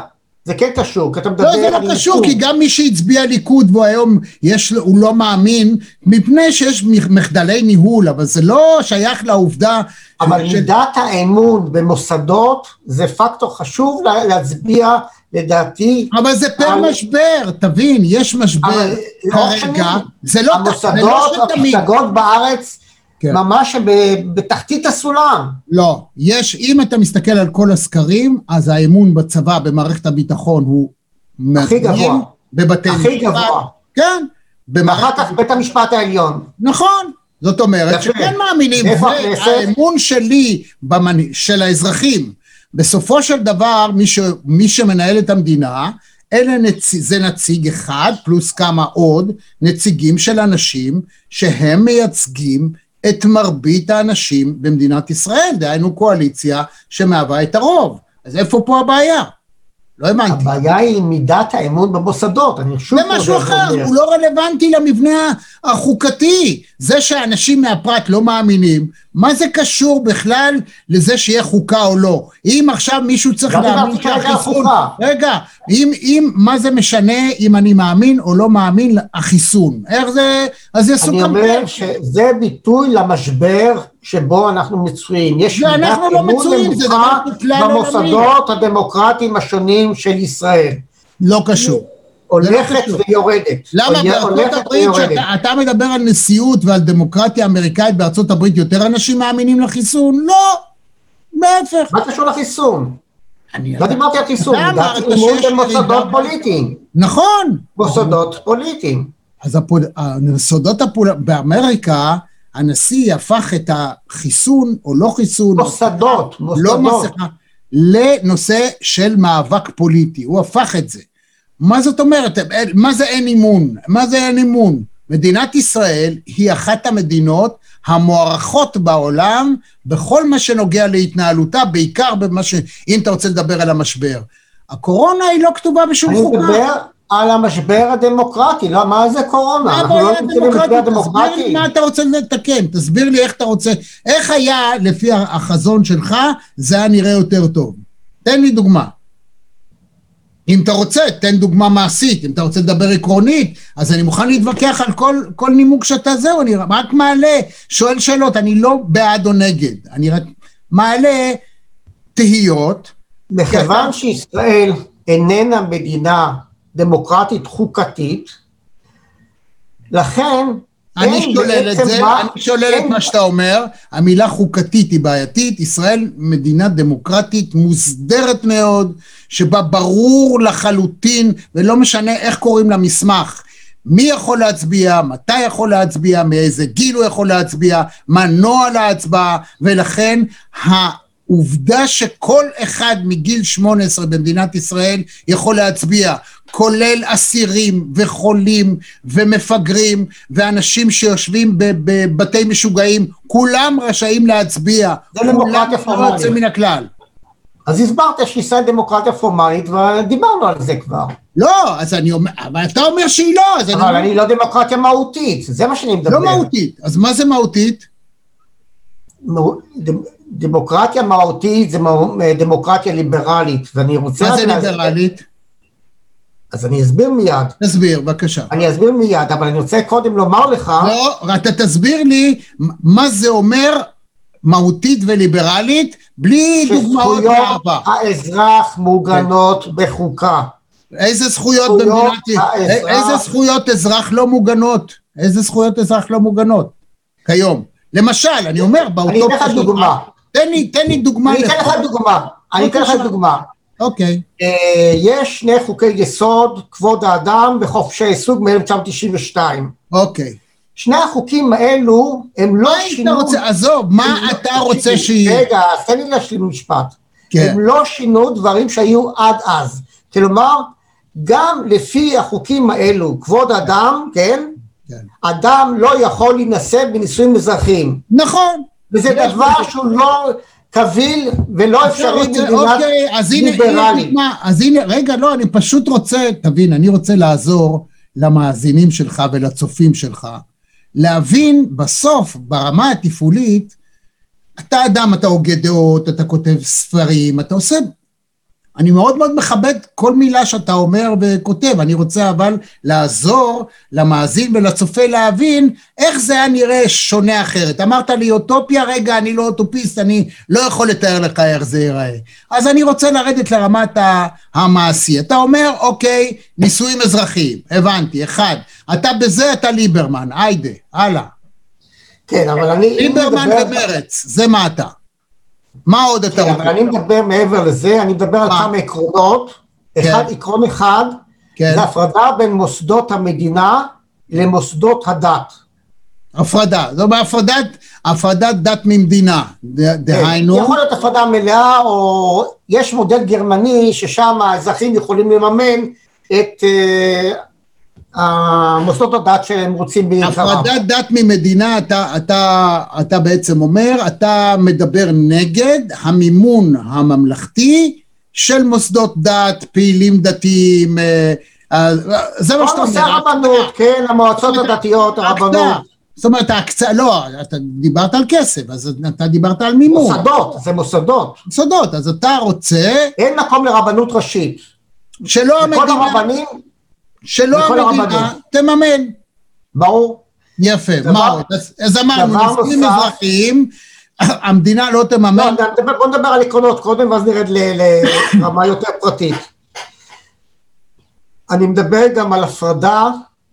זה כן קשור, כי אתה מדבר... לא, זה לא קשור, כי גם מי שהצביע ליכוד, והוא היום, יש, הוא לא מאמין, מפני שיש מחדלי ניהול, אבל זה לא שייך לעובדה... אבל ש... מידת האמון במוסדות, זה פקטור חשוב להצביע, לדעתי... אבל זה פר על... משבר, תבין, יש משבר כרגע, זה לא... המוסדות, המפלגות בארץ, כן. ממש בתחתית הסולם. לא, יש, אם אתה מסתכל על כל הסקרים, אז האמון בצבא, במערכת הביטחון, הוא הכי גבוה. בבתי הכי גבוה. כן. ואחר כך בית המשפט העליון. נכון. זאת אומרת, שכן מאמינים, והאמון שלי, של האזרחים, בסופו של דבר, מי, ש, מי שמנהל את המדינה, אלה נציג, זה נציג אחד, פלוס כמה עוד, נציגים של אנשים, שהם מייצגים את מרבית האנשים במדינת ישראל, דהיינו קואליציה שמהווה את הרוב. אז איפה פה הבעיה? לא האמנתי. הבעיה היא מידת האמון במוסדות. זה משהו אחר, הוא לא רלוונטי למבנה החוקתי. זה שאנשים מהפרט לא מאמינים, מה זה קשור בכלל לזה שיהיה חוקה או לא? אם עכשיו מישהו צריך להאמין שהחיסון... רגע, אם, אם, מה זה משנה אם אני מאמין או לא מאמין החיסון? איך זה... אז זה סוכם... אני אומר שזה ביטוי למשבר שבו אנחנו מצויים. יש מידת אמון נמוכה במוסדות הדמוקרטיים השונים של ישראל. לא קשור. הולכת ויורדת. למה בארצות הברית, שאתה מדבר על נשיאות ועל דמוקרטיה אמריקאית בארצות הברית, יותר אנשים מאמינים לחיסון? לא, בהפך. מה קשור לחיסון? לא דיברתי על חיסון, דיברתי אמון במוסדות פוליטיים. נכון. מוסדות פוליטיים. אז המוסדות באמריקה, הנשיא הפך את החיסון או לא חיסון, מוסדות, מוסדות. לנושא של מאבק פוליטי, הוא הפך את זה. מה זאת אומרת? מה זה אין אימון? מה זה אין אימון? מדינת ישראל היא אחת המדינות המוערכות בעולם בכל מה שנוגע להתנהלותה, בעיקר במה ש... אם אתה רוצה לדבר על המשבר. הקורונה היא לא כתובה בשום חוקה. אני מדבר על המשבר הדמוקרטי, לא, מה זה קורונה? אנחנו לא נמצאים במשבר הדמוקרטי. תסביר לי מה אתה רוצה לתקן, תסביר לי איך אתה רוצה, איך היה לפי החזון שלך, זה היה נראה יותר טוב. תן לי דוגמה. אם אתה רוצה, תן דוגמה מעשית, אם אתה רוצה לדבר עקרונית, אז אני מוכן להתווכח על כל, כל נימוק שאתה זהו, אני רק מעלה, שואל שאלות, אני לא בעד או נגד, אני רק מעלה תהיות. מכיוון שישראל איננה מדינה דמוקרטית חוקתית, לכן... אני שולל את זה, מה, אני שולל אין... את מה שאתה אומר, המילה חוקתית היא בעייתית, ישראל מדינה דמוקרטית מוסדרת מאוד, שבה ברור לחלוטין, ולא משנה איך קוראים למסמך, מי יכול להצביע, מתי יכול להצביע, מאיזה גיל הוא יכול להצביע, מה נוהל ההצבעה, ולכן העובדה שכל אחד מגיל שמונה עשרה במדינת ישראל יכול להצביע, כולל אסירים וחולים ומפגרים ואנשים שיושבים בבתי משוגעים, כולם רשאים להצביע, כולם לא יוצא מן הכלל. אז הסברת שישראל דמוקרטיה פורמלית ודיברנו על זה כבר. לא, אז אני אומר, אבל אתה אומר שהיא לא. אז אבל אני לא דמוקרטיה מהותית, זה מה שאני מדבר. לא מהותית, אז מה זה מהותית? דמוקרטיה מהותית זה דמוקרטיה ליברלית, ואני רוצה... מה זה ליברלית? אז אני אסביר מיד. תסביר, בבקשה. אני אסביר מיד, אבל אני רוצה קודם לומר לך... לא, אתה תסביר לי מה זה אומר מהותית וליברלית, בלי דוגמאות מהעבר. שזכויות האזרח מוגנות בחוקה. איזה זכויות במדינת... איזה זכויות אזרח לא מוגנות? איזה זכויות אזרח לא מוגנות? כיום. למשל, אני אומר, אני אתן לך דוגמה. תן לי, תן לי דוגמה. אני אתן לך דוגמה. אני אתן לך דוגמה. אוקיי. יש שני חוקי יסוד, כבוד האדם וחופשי העיסוק מ-אלף תשע מאות תשעים ושתיים. אוקיי. שני החוקים האלו הם לא שינו... עזוב, מה אתה רוצה שיהיה? רגע, תן לי להשלים משפט. הם לא שינו דברים שהיו עד אז. כלומר, גם לפי החוקים האלו, כבוד האדם, כן? אדם לא יכול להינשא בנישואים אזרחיים. נכון. וזה דבר שהוא לא... קביל ולא אפשרי במדינת ליברלית. אז הנה, רגע, לא, אני פשוט רוצה, תבין, אני רוצה לעזור למאזינים שלך ולצופים שלך, להבין בסוף, ברמה התפעולית, אתה אדם, אתה הוגה דעות, אתה כותב ספרים, אתה עושה אני מאוד מאוד מכבד כל מילה שאתה אומר וכותב, אני רוצה אבל לעזור למאזין ולצופה להבין איך זה היה נראה שונה אחרת. אמרת לי אוטופיה, רגע, אני לא אוטופיסט, אני לא יכול לתאר לך איך זה ייראה. אז אני רוצה לרדת לרמת המעשי. אתה אומר, אוקיי, נישואים אזרחיים, הבנתי, אחד. אתה בזה, אתה ליברמן, היידה, הלאה. כן, אבל אני... ליברמן ומרץ, זה מה אתה. מה עוד אתה כן, אבל אני מדבר מעבר לזה, אני מדבר על כמה עקרונות. אחד, עקרון אחד, זה הפרדה בין מוסדות המדינה למוסדות הדת. הפרדה, זו בהפרדת, הפרדת דת ממדינה, דהיינו. יכול להיות הפרדה מלאה, או יש מודל גרמני ששם האזרחים יכולים לממן את המוסדות הדת שהם רוצים בעיקרם. הפרדת דת ממדינה, אתה, אתה, אתה בעצם אומר, אתה מדבר נגד המימון הממלכתי של מוסדות דת, פעילים דתיים, זה מה שאתה אומר. כל נושא הרבנות, כן, המועצות הדתיות, הרבנות. זאת אומרת, ההקצאה, לא, אתה דיברת על כסף, אז אתה דיברת על מימון. מוסדות, זה מוסדות. מוסדות, אז אתה רוצה... אין מקום לרבנות ראשית. שלא המדינה... כל הרבנים... שלא המדינה תממן. ברור. יפה, מה עוד? אז אמרנו, נישואים אזרחיים, המדינה לא תממן. בוא נדבר על עקרונות קודם, ואז נרד לרמה יותר פרטית. אני מדבר גם על הפרדה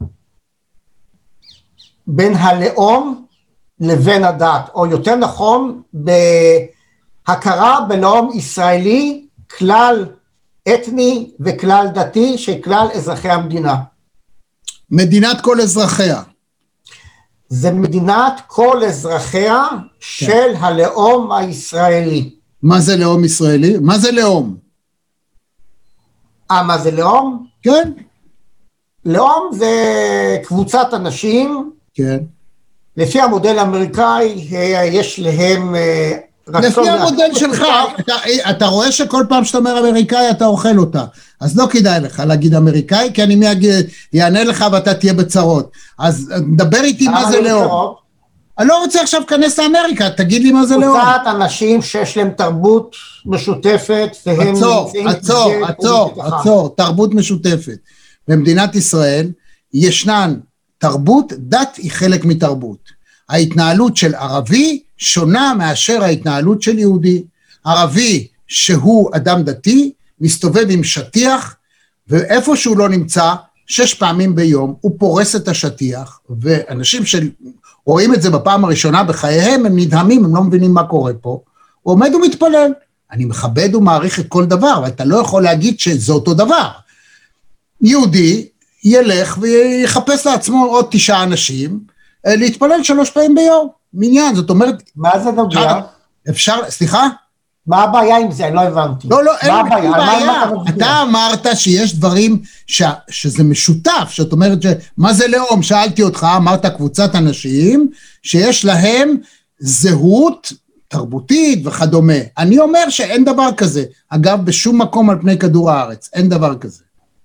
בין הלאום לבין הדת, או יותר נכון, בהכרה בלאום ישראלי, כלל אתני וכלל דתי של כלל אזרחי המדינה. מדינת כל אזרחיה. זה מדינת כל אזרחיה של הלאום הישראלי. מה זה לאום ישראלי? מה זה לאום? אה, מה זה לאום? כן. לאום זה קבוצת אנשים, כן. לפי המודל האמריקאי יש להם לפי המודל שלך, אתה, אתה רואה שכל פעם שאתה אומר אמריקאי אתה אוכל אותה, אז לא כדאי לך להגיד אמריקאי, כי אני יענה לך ואתה תהיה בצרות, אז דבר איתי מה זה לאום. אני לא רוצה עכשיו להיכנס לאמריקה, תגיד לי מה זה לאום. קבוצת אנשים שיש להם תרבות משותפת, והם עצור, עצור, עצור, עצור, תרבות משותפת. במדינת ישראל ישנן תרבות, דת היא חלק מתרבות. ההתנהלות של ערבי שונה מאשר ההתנהלות של יהודי. ערבי שהוא אדם דתי, מסתובב עם שטיח, ואיפה שהוא לא נמצא, שש פעמים ביום, הוא פורס את השטיח, ואנשים שרואים את זה בפעם הראשונה בחייהם, הם נדהמים, הם לא מבינים מה קורה פה, הוא עומד ומתפלל. אני מכבד ומעריך את כל דבר, אבל אתה לא יכול להגיד שזה אותו דבר. יהודי ילך ויחפש לעצמו עוד תשעה אנשים, להתפלל שלוש פעמים ביום, מניין, זאת אומרת... מה זה נוגע? אפשר, סליחה? מה הבעיה עם זה? אני לא הבנתי. לא, לא, אין לי בעיה. אתה אמרת שיש דברים ש, שזה משותף, שאת אומרת, מה זה לאום? שאלתי אותך, אמרת קבוצת אנשים, שיש להם זהות תרבותית וכדומה. אני אומר שאין דבר כזה. אגב, בשום מקום על פני כדור הארץ, אין דבר כזה.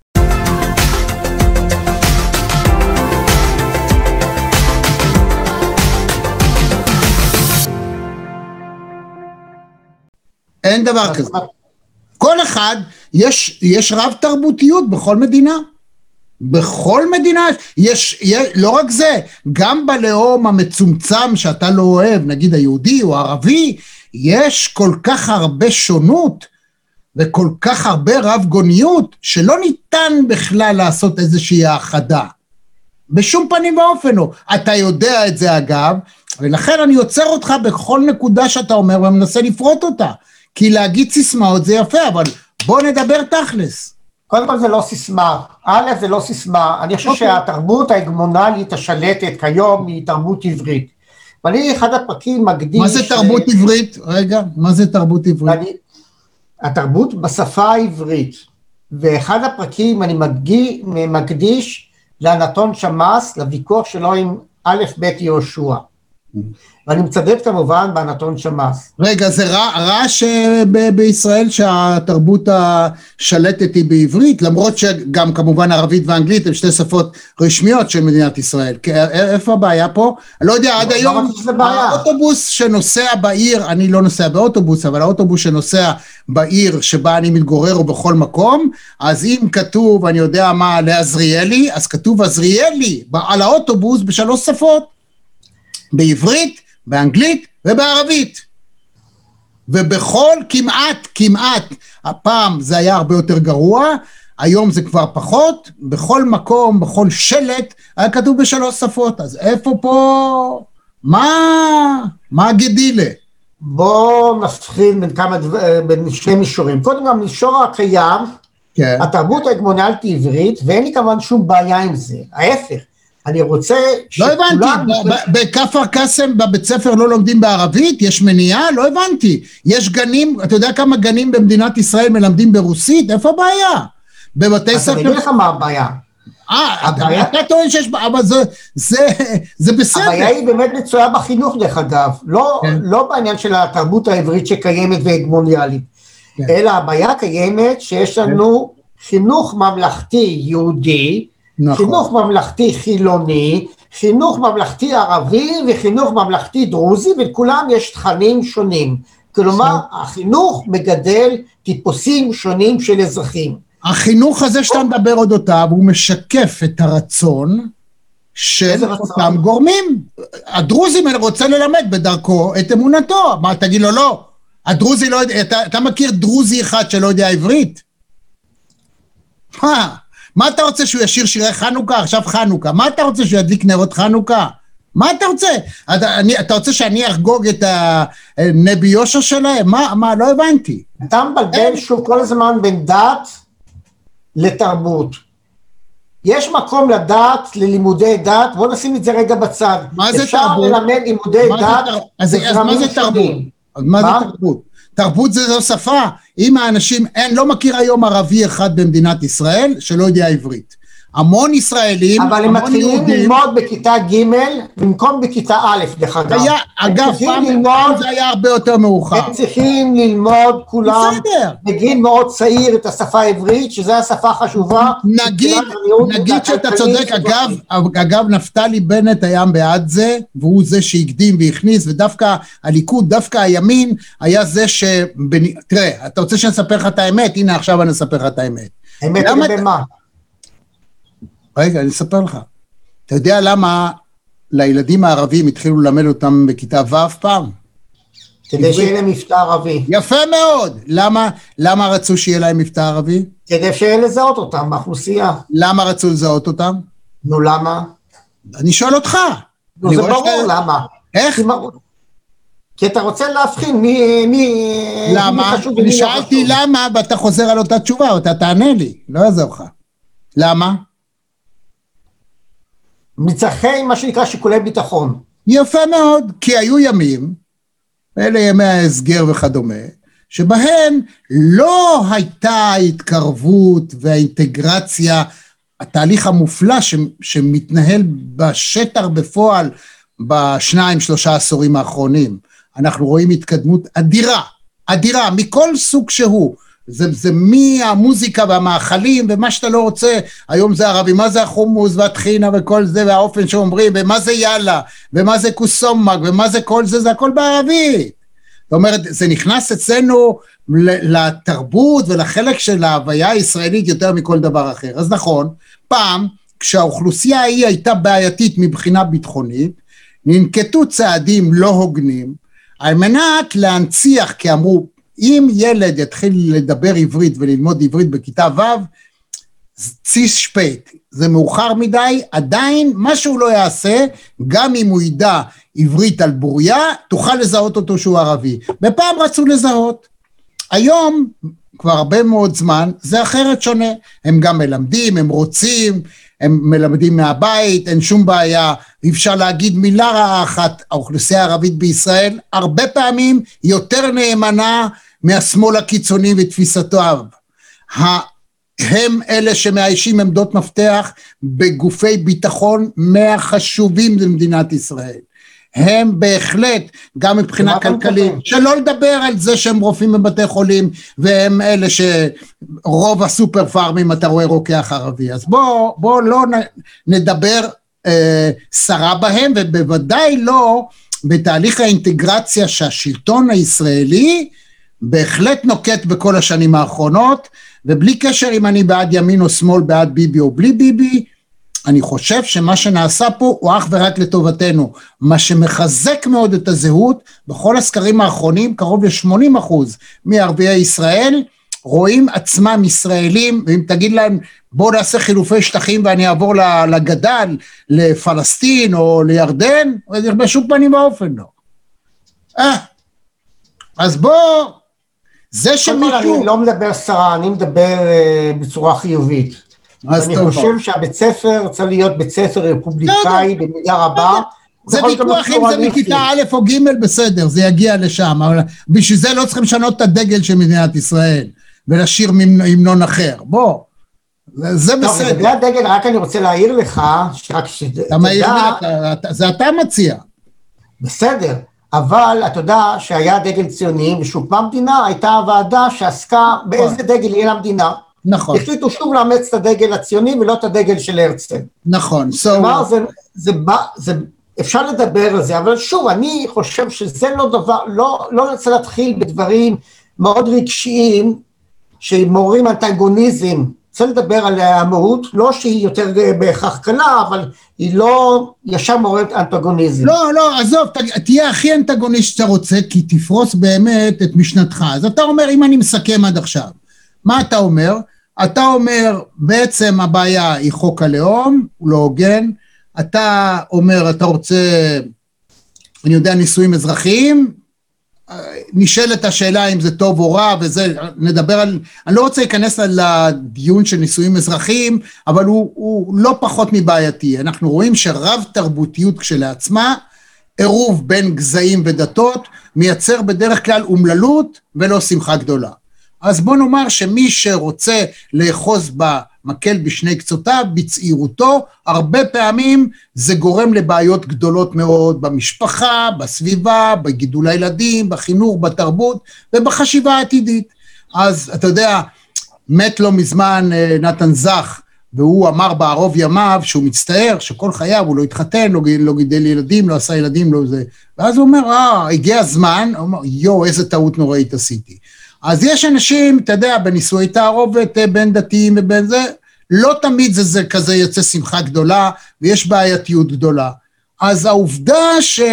אין דבר כזה. כל אחד, יש, יש רב תרבותיות בכל מדינה. בכל מדינה, יש, יש, לא רק זה, גם בלאום המצומצם שאתה לא אוהב, נגיד היהודי או הערבי, יש כל כך הרבה שונות, וכל כך הרבה רב גוניות, שלא ניתן בכלל לעשות איזושהי האחדה. בשום פנים ואופן לא. אתה יודע את זה אגב, ולכן אני יוצר אותך בכל נקודה שאתה אומר, ומנסה לפרוט אותה. כי להגיד סיסמאות זה יפה, אבל בוא נדבר תכלס. קודם כל זה לא סיסמה, א' זה לא סיסמה, אני חושב שהתרבות ההגמונלית השלטת כיום היא תרבות עברית. ואני אחד הפרקים מקדיש... מה זה תרבות עברית? רגע, מה זה תרבות עברית? התרבות בשפה העברית, ואחד הפרקים אני מקדיש לאנטון שמאס, לוויכוח שלו עם א' ב' יהושע. ואני מצדד כמובן באנטון שמאס. רגע, זה רע, רע שבישראל שהתרבות השלטת היא בעברית, למרות שגם כמובן ערבית ואנגלית הן שתי שפות רשמיות של מדינת ישראל. איפה הבעיה פה? אני לא יודע, עד היום, האוטובוס שנוסע בעיר, אני לא נוסע באוטובוס, אבל האוטובוס שנוסע בעיר שבה אני מתגורר או בכל מקום, אז אם כתוב, אני יודע מה, לעזריאלי, אז כתוב עזריאלי על האוטובוס בשלוש שפות, בעברית, באנגלית ובערבית. ובכל כמעט, כמעט, הפעם זה היה הרבה יותר גרוע, היום זה כבר פחות, בכל מקום, בכל שלט, היה כתוב בשלוש שפות, אז איפה פה, מה, מה הגדילה? בואו נבחין בין כמה דבר, בין שני מישורים. קודם כל, מישור הקיים, כן. התרבות ההגמוניאלית עברית, ואין לי כמובן שום בעיה עם זה, ההפך. אני רוצה לא הבנתי, בכפר קאסם בבית ספר לא לומדים בערבית, יש מניעה? לא הבנתי. יש גנים, אתה יודע כמה גנים במדינת ישראל מלמדים ברוסית? איפה הבעיה? בבתי ספר... אז אני אגיד לך מה הבעיה. אה, אתה טוען שיש... אבל זה בסדר. הבעיה היא באמת מצויה בחינוך דרך אגב, לא בעניין של התרבות העברית שקיימת והגמוניאלית, אלא הבעיה קיימת שיש לנו חינוך ממלכתי יהודי, נכון. חינוך ממלכתי חילוני, חינוך ממלכתי ערבי וחינוך ממלכתי דרוזי, ולכולם יש תכנים שונים. כלומר, החינוך מגדל טיפוסים שונים של אזרחים. החינוך הזה שאתה מדבר אודותיו, הוא משקף את הרצון של אותם גורמים. הדרוזי רוצה ללמד בדרכו את אמונתו. מה, תגיד לו לא? הדרוזי לא יודע, אתה, אתה מכיר דרוזי אחד שלא יודע עברית? מה? מה אתה רוצה שהוא ישיר שירי חנוכה? עכשיו חנוכה. מה אתה רוצה שהוא ידליק נרות חנוכה? מה אתה רוצה? אתה, אני, אתה רוצה שאני אחגוג את הנבי יושע שלהם? מה, מה, לא הבנתי. אתה מבלבל שוב כל הזמן בין דת לתרבות. יש מקום לדת, ללימודי דת, בואו נשים את זה רגע בצד. מה זה אפשר תרבות? אפשר ללמד לימודי דת. תר... אז, אז מה זה תרבות? אז מה, מה זה תרבות? תרבות זה זו שפה. אם האנשים, אין, לא מכיר היום ערבי אחד במדינת ישראל שלא יודע עברית. המון ישראלים, אבל הם מתחילים ללמוד בכיתה ג' במקום בכיתה א', דרך אגב. אגב, פעם זה היה הרבה יותר מאוחר. הם צריכים ללמוד כולם, בגיל מאוד צעיר את השפה העברית, שזו השפה חשובה. נגיד, נגיד שאתה צודק, אגב, אגב, נפתלי בנט היה בעד זה, והוא זה שהקדים והכניס, ודווקא הליכוד, דווקא הימין, היה זה ש... תראה, אתה רוצה שנספר לך את האמת? הנה עכשיו אני אספר לך את האמת. האמת לגבי מה? רגע, אני אספר לך. אתה יודע למה לילדים הערבים התחילו ללמד אותם בכיתה ו' פעם? כדי שיהיה להם מבטא ערבי. יפה מאוד. למה, למה רצו שיהיה להם מבטא ערבי? כדי שיהיה לזהות אותם באוכלוסייה. למה רצו לזהות אותם? נו, למה? אני שואל אותך. נו, זה ברור למה. איך? כי אתה רוצה להבחין מי... מי למה? אני שאלתי למה, ואתה חוזר על אותה תשובה, או אתה תענה לי. לא יעזור לך. למה? מצרכי מה שנקרא שיקולי ביטחון. יפה מאוד, כי היו ימים, אלה ימי ההסגר וכדומה, שבהם לא הייתה ההתקרבות והאינטגרציה, התהליך המופלא ש, שמתנהל בשטח בפועל בשניים שלושה עשורים האחרונים. אנחנו רואים התקדמות אדירה, אדירה, מכל סוג שהוא. זה, זה מהמוזיקה והמאכלים ומה שאתה לא רוצה, היום זה ערבי, מה זה החומוס והטחינה וכל זה והאופן שאומרים, ומה זה יאללה, ומה זה קוסומק, ומה זה כל זה, זה הכל בערבית. זאת אומרת, זה נכנס אצלנו לתרבות ולחלק של ההוויה הישראלית יותר מכל דבר אחר. אז נכון, פעם, כשהאוכלוסייה ההיא הייתה בעייתית מבחינה ביטחונית, ננקטו צעדים לא הוגנים, על מנת להנציח, כי אמרו, אם ילד יתחיל לדבר עברית וללמוד עברית בכיתה ו', ציס שפט, זה מאוחר מדי, עדיין מה שהוא לא יעשה, גם אם הוא ידע עברית על בוריה, תוכל לזהות אותו שהוא ערבי. בפעם רצו לזהות. היום, כבר הרבה מאוד זמן, זה אחרת שונה. הם גם מלמדים, הם רוצים, הם מלמדים מהבית, אין שום בעיה, אי אפשר להגיד מילה רעה אחת, האוכלוסייה הערבית בישראל, הרבה פעמים יותר נאמנה מהשמאל הקיצוני ותפיסתיו. הם אלה שמאיישים עמדות מפתח בגופי ביטחון מהחשובים במדינת ישראל. הם בהחלט, גם מבחינה כלכלית, שלא לדבר על זה שהם רופאים בבתי חולים, והם אלה שרוב הסופר פארמים אתה רואה רוקח ערבי, אז בוא, בוא לא נדבר אה, שרה בהם, ובוודאי לא בתהליך האינטגרציה שהשלטון הישראלי, בהחלט נוקט בכל השנים האחרונות, ובלי קשר אם אני בעד ימין או שמאל, בעד ביבי או בלי ביבי, אני חושב שמה שנעשה פה הוא אך ורק לטובתנו, מה שמחזק מאוד את הזהות, בכל הסקרים האחרונים, קרוב ל-שמונים אחוז מערביי ישראל, רואים עצמם ישראלים, ואם תגיד להם, בואו נעשה חילופי שטחים ואני אעבור לגדל, לפלסטין או לירדן, אז בשום פנים ואופן לא. אה, אז בוא, זה שמישהו... אני לא מדבר שרה, אני מדבר uh, בצורה חיובית. אני חושב שהבית ספר צריך להיות בית ספר רפובליקאי במידה רבה. זה ויכוח אם זה מכיתה א' או ג' בסדר, זה יגיע לשם, אבל בשביל זה לא צריכים לשנות את הדגל של מדינת ישראל, ולשיר המנון אחר, בוא, זה בסדר. טוב, לגבי הדגל רק אני רוצה להעיר לך, שרק שתדע... זה אתה מציע. בסדר, אבל אתה יודע שהיה דגל ציוני, ושהוקמה המדינה, הייתה הוועדה שעסקה באיזה דגל יהיה למדינה. נכון. החליטו שוב לאמץ את הדגל הציוני ולא את הדגל של הרצל. נכון. כלומר, זה, זה, זה, אפשר לדבר על זה, אבל שוב, אני חושב שזה לא דבר, לא, לא רוצה להתחיל בדברים מאוד רגשיים, שמעוררים אנטגוניזם, רוצה לדבר על המהות, לא שהיא יותר בהכרח קלה, אבל היא לא ישר מעוררת אנטגוניזם. לא, לא, עזוב, תהיה הכי אנטגוניסט שאתה רוצה, כי תפרוס באמת את משנתך. אז אתה אומר, אם אני מסכם עד עכשיו, מה אתה אומר? אתה אומר, בעצם הבעיה היא חוק הלאום, הוא לא הוגן, אתה אומר, אתה רוצה, אני יודע, נישואים אזרחיים, נשאלת השאלה אם זה טוב או רע, וזה, נדבר על, אני לא רוצה להיכנס לדיון של נישואים אזרחיים, אבל הוא, הוא לא פחות מבעייתי, אנחנו רואים שרב תרבותיות כשלעצמה, עירוב בין גזעים ודתות, מייצר בדרך כלל אומללות ולא שמחה גדולה. אז בוא נאמר שמי שרוצה לאחוז במקל בשני קצותיו, בצעירותו, הרבה פעמים זה גורם לבעיות גדולות מאוד במשפחה, בסביבה, בגידול הילדים, בחינוך, בתרבות ובחשיבה העתידית. אז אתה יודע, מת לא מזמן נתן זך, והוא אמר בערוב ימיו שהוא מצטער שכל חייו הוא לא התחתן, לא, לא גידל ילדים, לא עשה ילדים, לא זה. ואז הוא אומר, אה, הגיע הזמן, הוא אומר, יו, איזה טעות נוראית עשיתי. אז יש אנשים, אתה יודע, בנישואי תערובת, בין דתיים ובין זה, לא תמיד זה, זה כזה יוצא שמחה גדולה, ויש בעייתיות גדולה. אז העובדה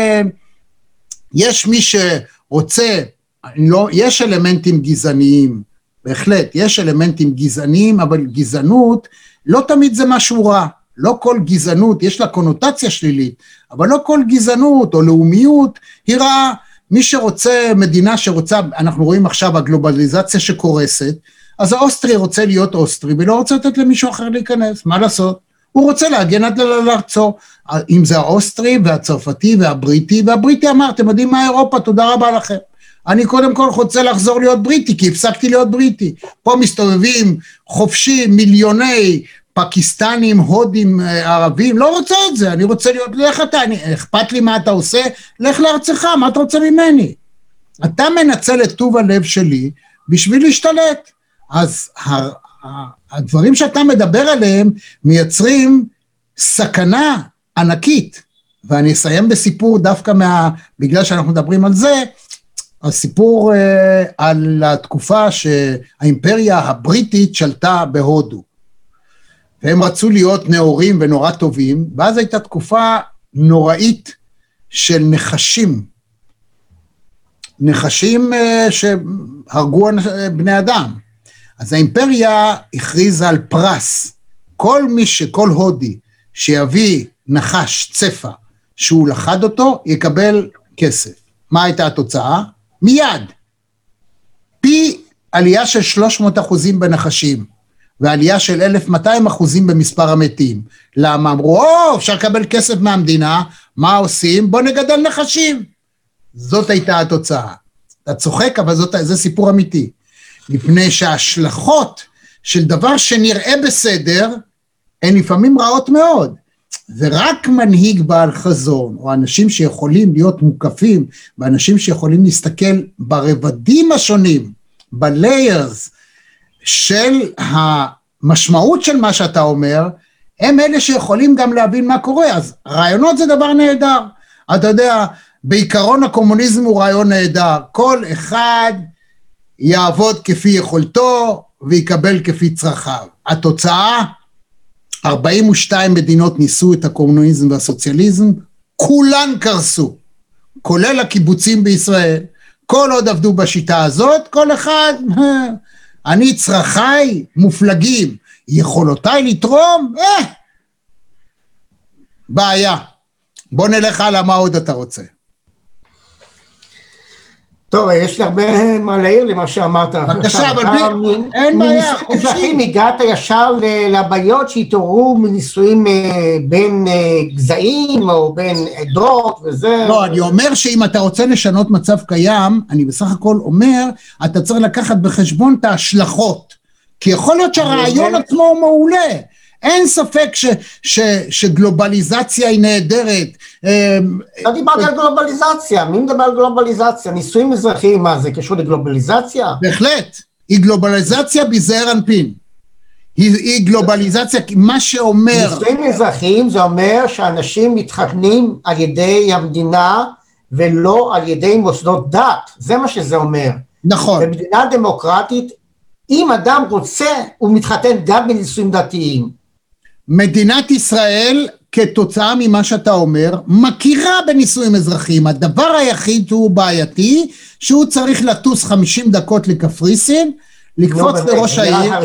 שיש מי שרוצה, לא, יש אלמנטים גזעניים, בהחלט, יש אלמנטים גזעניים, אבל גזענות לא תמיד זה משהו רע. לא כל גזענות, יש לה קונוטציה שלילית, אבל לא כל גזענות או לאומיות היא רעה. מי שרוצה, מדינה שרוצה, אנחנו רואים עכשיו הגלובליזציה שקורסת, אז האוסטרי רוצה להיות אוסטרי, ולא רוצה לתת למישהו אחר להיכנס, מה לעשות? הוא רוצה להגן עד לארצו, אם זה האוסטרי והצרפתי והבריטי, והבריטי אמר, אתם יודעים מה אירופה, תודה רבה לכם. אני קודם כל רוצה לחזור להיות בריטי, כי הפסקתי להיות בריטי. פה מסתובבים חופשי מיליוני פקיסטנים, הודים, ערבים, לא רוצה את זה, אני רוצה להיות, לך אתה, אני, אכפת לי מה אתה עושה, לך לארצך, מה אתה רוצה ממני? אתה מנצל את טוב הלב שלי בשביל להשתלט. אז הדברים שאתה מדבר עליהם מייצרים סכנה ענקית, ואני אסיים בסיפור דווקא מה, בגלל שאנחנו מדברים על זה, הסיפור אה, על התקופה שהאימפריה הבריטית שלטה בהודו, והם רצו להיות נאורים ונורא טובים, ואז הייתה תקופה נוראית של נחשים, נחשים אה, שהרגו בני אדם. אז האימפריה הכריזה על פרס, כל מי שכל הודי שיביא נחש צפה שהוא לחד אותו, יקבל כסף. מה הייתה התוצאה? מיד. פי עלייה של שלוש מאות אחוזים בנחשים, ועלייה של אלף ומאתיים אחוזים במספר המתים. למה? אמרו, או, אפשר לקבל כסף מהמדינה, מה עושים? בוא נגדל נחשים. זאת הייתה התוצאה. אתה צוחק, אבל זאת, זה סיפור אמיתי. מפני שההשלכות של דבר שנראה בסדר, הן לפעמים רעות מאוד. ורק מנהיג בעל חזון, או אנשים שיכולים להיות מוקפים, ואנשים שיכולים להסתכל ברבדים השונים, בליירס של המשמעות של מה שאתה אומר, הם אלה שיכולים גם להבין מה קורה. אז רעיונות זה דבר נהדר. אתה יודע, בעיקרון הקומוניזם הוא רעיון נהדר. כל אחד יעבוד כפי יכולתו ויקבל כפי צרכיו. התוצאה, ארבעים ושתיים מדינות ניסו את הקומוניזם והסוציאליזם, כולן קרסו, כולל הקיבוצים בישראל. כל עוד עבדו בשיטה הזאת, כל אחד, אני צרכיי מופלגים, יכולותיי לתרום, אה, בעיה. בוא נלך הלאה, מה עוד אתה רוצה? טוב, יש לי הרבה מה להעיר למה שאמרת. בבקשה, אבל אין בעיה. אזרחים, הגעת ישר לבעיות שהתעוררו מנישואים בין גזעים או בין עדות וזה. לא, אני אומר שאם אתה רוצה לשנות מצב קיים, אני בסך הכל אומר, אתה צריך לקחת בחשבון את ההשלכות. כי יכול להיות שהרעיון עצמו הוא מעולה. אין ספק ש, ש, שגלובליזציה היא נהדרת. לא דיברתי על גלובליזציה, מי מדבר על גלובליזציה? נישואים אזרחיים, מה זה קשור לגלובליזציה? בהחלט, היא גלובליזציה בזעיר אנפין. היא, היא גלובליזציה, מה שאומר... נישואים אזרחיים זה אומר שאנשים מתחתנים על ידי המדינה, ולא על ידי מוסדות דת, זה מה שזה אומר. נכון. במדינה דמוקרטית, אם אדם רוצה, הוא מתחתן גם בנישואים דתיים. מדינת ישראל, כתוצאה ממה שאתה אומר, מכירה בנישואים אזרחיים. הדבר היחיד הוא בעייתי, שהוא צריך לטוס חמישים דקות לקפריסין, לקפוץ לראש העיר.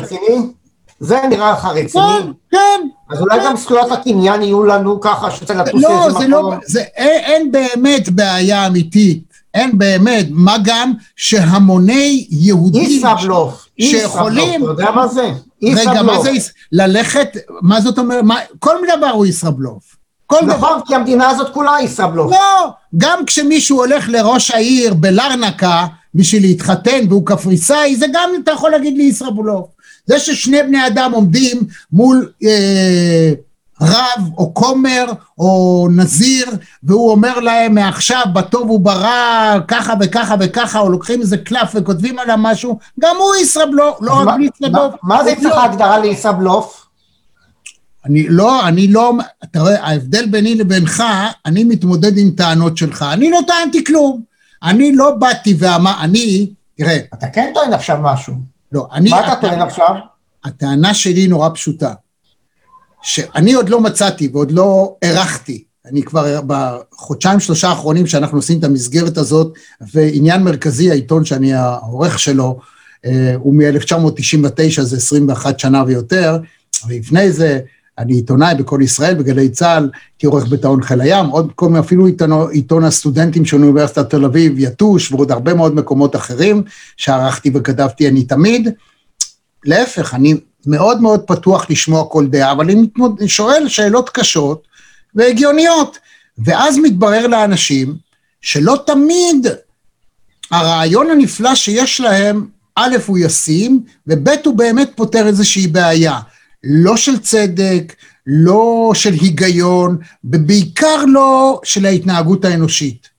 זה נראה לך רציני. כן, כן. אז אולי גם זכויות הקניין יהיו לנו ככה, שצריך לטוס לא, זה לא, זה, אין באמת בעיה אמיתית. אין באמת, מה גם שהמוני יהודים ישראבלוף, שיכולים, אתה יודע מה זה? רגע, מה זה ללכת, מה זאת אומרת, כל דבר הוא ישראבלוף. נכון, כי המדינה הזאת כולה ישראבלוף. לא, גם כשמישהו הולך לראש העיר בלרנקה, בשביל להתחתן והוא קפריסאי, זה גם אתה יכול להגיד לי ישראבלוף. זה ששני בני אדם עומדים מול אה, רב או כומר או נזיר, והוא אומר להם מעכשיו בטוב וברע ככה וככה וככה, או לוקחים איזה קלף וכותבים עליו משהו, גם הוא ישראבלוף, לא רק ישראבלוף. מה זה צריך הגדרה לישראבלוף? אני לא, אני לא, אתה רואה, ההבדל ביני לבינך, אני מתמודד עם טענות שלך, אני לא טענתי כלום, אני לא באתי ואמר, אני, תראה. אתה כן טוען עכשיו משהו. לא, אני... מה אתה טוען עכשיו? הטענה שלי נורא פשוטה, שאני עוד לא מצאתי ועוד לא ערכתי, אני כבר בחודשיים שלושה האחרונים שאנחנו עושים את המסגרת הזאת, ועניין מרכזי, העיתון שאני העורך שלו, הוא מ-אלף תשע מאות תשעים ותשע, זה עשרים ואחת שנה ויותר, ולפני זה אני עיתונאי בכל ישראל, בגלי צה"ל, כעורך בתאון חיל הים, עוד כל מיני, אפילו עיתון, עיתון הסטודנטים של אוניברסיטת תל אביב, יתוש, ועוד הרבה מאוד מקומות אחרים, שערכתי וכתבתי אני תמיד, להפך, אני מאוד מאוד פתוח לשמוע כל דעה, אבל אני שואל שאלות קשות והגיוניות, ואז מתברר לאנשים, שלא תמיד הרעיון הנפלא שיש להם, א' הוא ישים, וב' הוא באמת פותר איזושהי בעיה, לא של צדק, לא של היגיון, ובעיקר לא של ההתנהגות האנושית.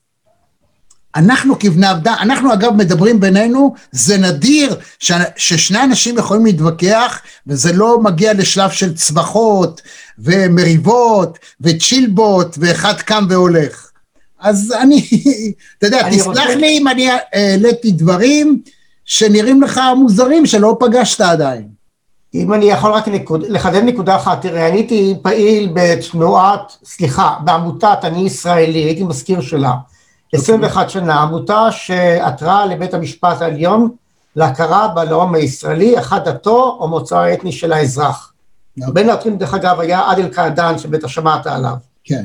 אנחנו כבני אדם, אנחנו אגב מדברים בינינו, זה נדיר ש, ששני אנשים יכולים להתווכח, וזה לא מגיע לשלב של צווחות, ומריבות, וצ'ילבות, ואחד קם והולך. אז אני, אתה יודע, תסלח רוצה... לי אם אני העליתי דברים, שנראים לך מוזרים, שלא פגשת עדיין. אם אני יכול רק נקוד, לחדד נקודה אחת, תראה, אני הייתי פעיל בתנועת, סליחה, בעמותת אני ישראלי, הייתי מזכיר שלה, עשרים ואחת שנה, עמותה שעתרה לבית המשפט העליון, להכרה בלאום הישראלי, אחד דתו או מוצא האתני של האזרח. בין העותרים דרך אגב היה עדל קעדאן, שבטח שמעת עליו. כן.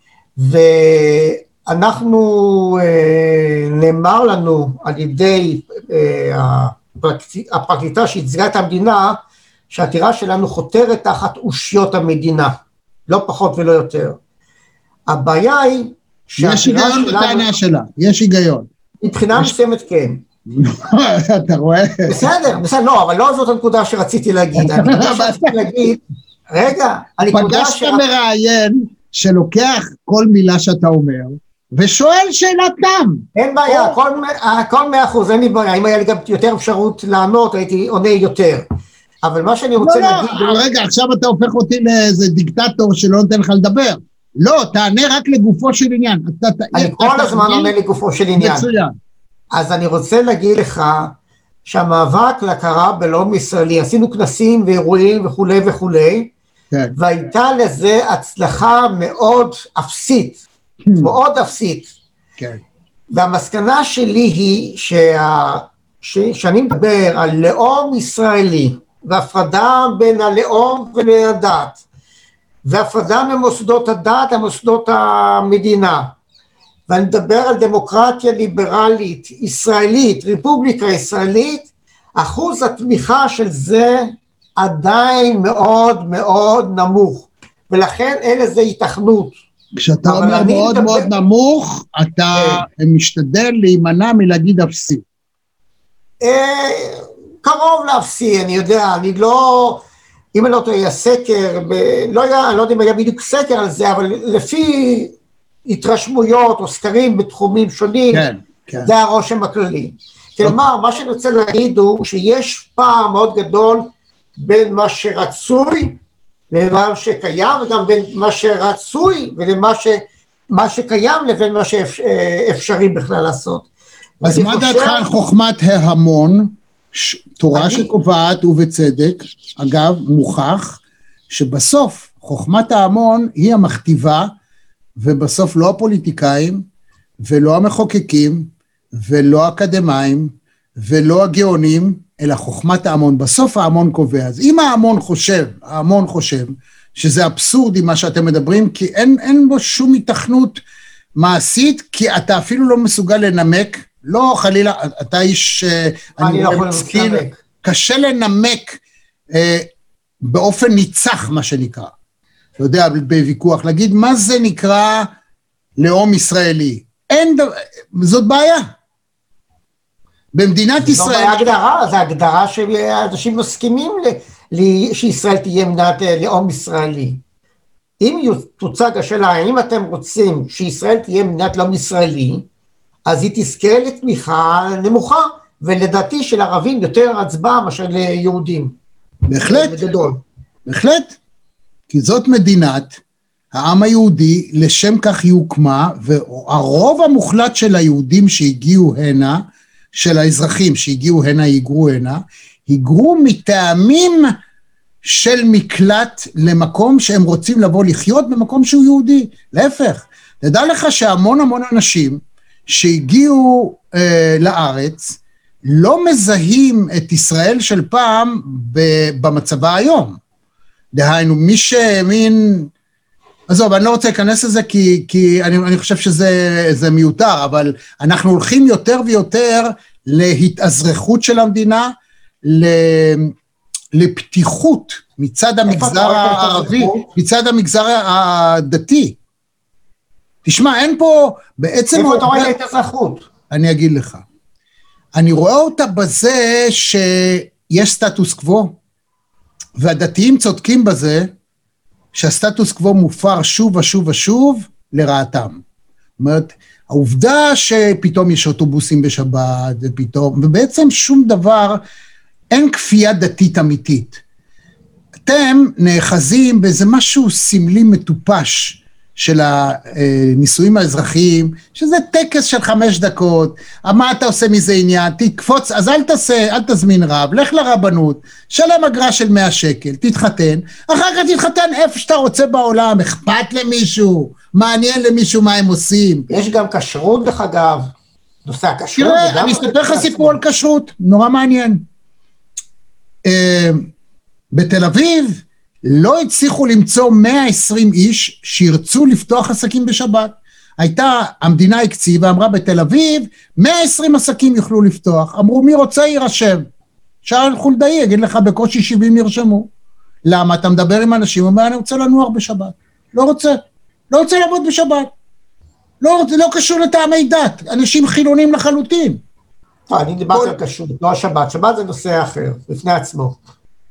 ואנחנו, נאמר לנו על ידי הפרקליטה שהצגה את המדינה, שהעתירה שלנו חותרת תחת אושיות המדינה, לא פחות ולא יותר. הבעיה היא, יש היגיון בטענה שלה, יש היגיון. מבחינה מסוימת כן. אתה רואה? בסדר, בסדר, לא, אבל לא זאת הנקודה שרציתי להגיד. הנקודה שרציתי להגיד, רגע, הנקודה פגשת מראיין שלוקח כל מילה שאתה אומר, ושואל שאלת תם. אין בעיה, הכל מאה אחוז, אין לי בעיה, אם היה לי גם יותר אפשרות לענות, הייתי עונה יותר. אבל מה שאני רוצה להגיד... לא, לא, רגע, עכשיו אתה הופך אותי לאיזה דיקטטור שלא נותן לך לדבר. לא, תענה רק לגופו של עניין. אני כל הזמן עונה לגופו של עניין. מצוין. אז אני רוצה להגיד לך, שהמאבק להכרה בלאום ישראלי, עשינו כנסים ואירועים וכולי וכולי, כן. והייתה לזה הצלחה מאוד אפסית, מאוד אפסית. כן. והמסקנה שלי היא שה... ש... שאני מדבר על לאום ישראלי, והפרדה בין הלאום ובין הדת, והפרדה ממוסדות הדת למוסדות המדינה, ואני מדבר על דמוקרטיה ליברלית, ישראלית, רפובליקה ישראלית, אחוז התמיכה של זה עדיין מאוד מאוד נמוך, ולכן אין לזה התכנות. כשאתה אומר מאוד מדבר... מאוד נמוך, אתה כן. משתדל להימנע מלהגיד אפסי. אה, קרוב לאפסי, אני יודע, אני לא, אם אני לא טועה, היה סקר, ב, לא יודע, אני לא יודע אם היה בדיוק סקר על זה, אבל לפי התרשמויות או סקרים בתחומים שונים, כן, כן. זה הרושם הכללי. כלומר, מה שאני רוצה להגיד הוא שיש פער מאוד גדול בין מה שרצוי למה שקיים, וגם בין מה שרצוי ולמה ש, מה שקיים לבין מה שאפשרי בכלל לעשות. אז מה דעתך על חוכמת ההמון, תורה אני... שקובעת ובצדק, אגב, מוכח, שבסוף חוכמת ההמון היא המכתיבה, ובסוף לא הפוליטיקאים, ולא המחוקקים, ולא אקדמיים, ולא הגאונים, אלא חוכמת ההמון. בסוף ההמון קובע. אז אם ההמון חושב, ההמון חושב, שזה אבסורדי מה שאתם מדברים, כי אין, אין בו שום התכנות מעשית, כי אתה אפילו לא מסוגל לנמק, לא חלילה, אתה איש, אני, אני לא יכול לנמק. קשה לנמק אה, באופן ניצח, מה שנקרא. אתה יודע, בוויכוח, להגיד מה זה נקרא לאום ישראלי. אין, זאת בעיה. במדינת ישראל... זו בעיה הגדרה, זו הגדרה שאנשים מסכימים לי, שישראל תהיה מדינת לאום ישראלי. אם תוצג השאלה, האם אתם רוצים שישראל תהיה מדינת לאום ישראלי, אז היא תזכה לתמיכה נמוכה, ולדעתי של ערבים יותר הצבעה מאשר ליהודים. בהחלט, בגדול. בהחלט. כי זאת מדינת העם היהודי, לשם כך היא הוקמה, והרוב המוחלט של היהודים שהגיעו הנה, של האזרחים שהגיעו הנה, היגרו הנה, היגרו מטעמים של מקלט למקום שהם רוצים לבוא לחיות במקום שהוא יהודי. להפך, תדע לך שהמון המון אנשים שהגיעו אה, לארץ, לא מזהים את ישראל של פעם במצבה היום. דהיינו, מי שמין, עזוב, אני לא רוצה להיכנס לזה, כי, כי אני, אני חושב שזה זה מיותר, אבל אנחנו הולכים יותר ויותר להתאזרחות של המדינה, לפתיחות מצד המגזר הערבי, מצד המגזר הדתי. תשמע, אין פה בעצם... איפה אתה רואה את האזרחות? אני אגיד לך. אני רואה אותה בזה שיש סטטוס קוו, והדתיים צודקים בזה, שהסטטוס קוו מופר שוב ושוב ושוב לרעתם. זאת אומרת, העובדה שפתאום יש אוטובוסים בשבת, ופתאום, ובעצם שום דבר, אין כפייה דתית אמיתית. אתם נאחזים באיזה משהו סמלי מטופש, של הנישואים האזרחיים, שזה טקס של חמש דקות, מה אתה עושה מזה עניין, תקפוץ, אז אל תעשה, אל תזמין רב, לך לרבנות, שלם אגרה של מאה שקל, תתחתן, אחר כך תתחתן איפה שאתה רוצה בעולם, אכפת למישהו, מעניין למישהו מה הם עושים. יש גם כשרות דרך אגב, נושא הכשרות. תראה, אני אספר לך סיפור על כשרות, נורא מעניין. בתל אביב, לא הצליחו למצוא מאה ועשרים איש שירצו לפתוח עסקים בשבת. הייתה, המדינה הקציבה, אמרה בתל אביב, מאה ועשרים עסקים יוכלו לפתוח. אמרו, מי רוצה יירשם? שאל חולדאי, יגיד לך, בקושי שבעים נרשמו. למה? אתה מדבר עם אנשים, אומר, אני רוצה לנוח בשבת. לא רוצה. לא רוצה לעבוד בשבת. לא, זה לא קשור לטעמי דת. אנשים חילונים לחלוטין. אני דיברתי על כשרות, לא השבת. שבת זה נושא אחר, לפני עצמו.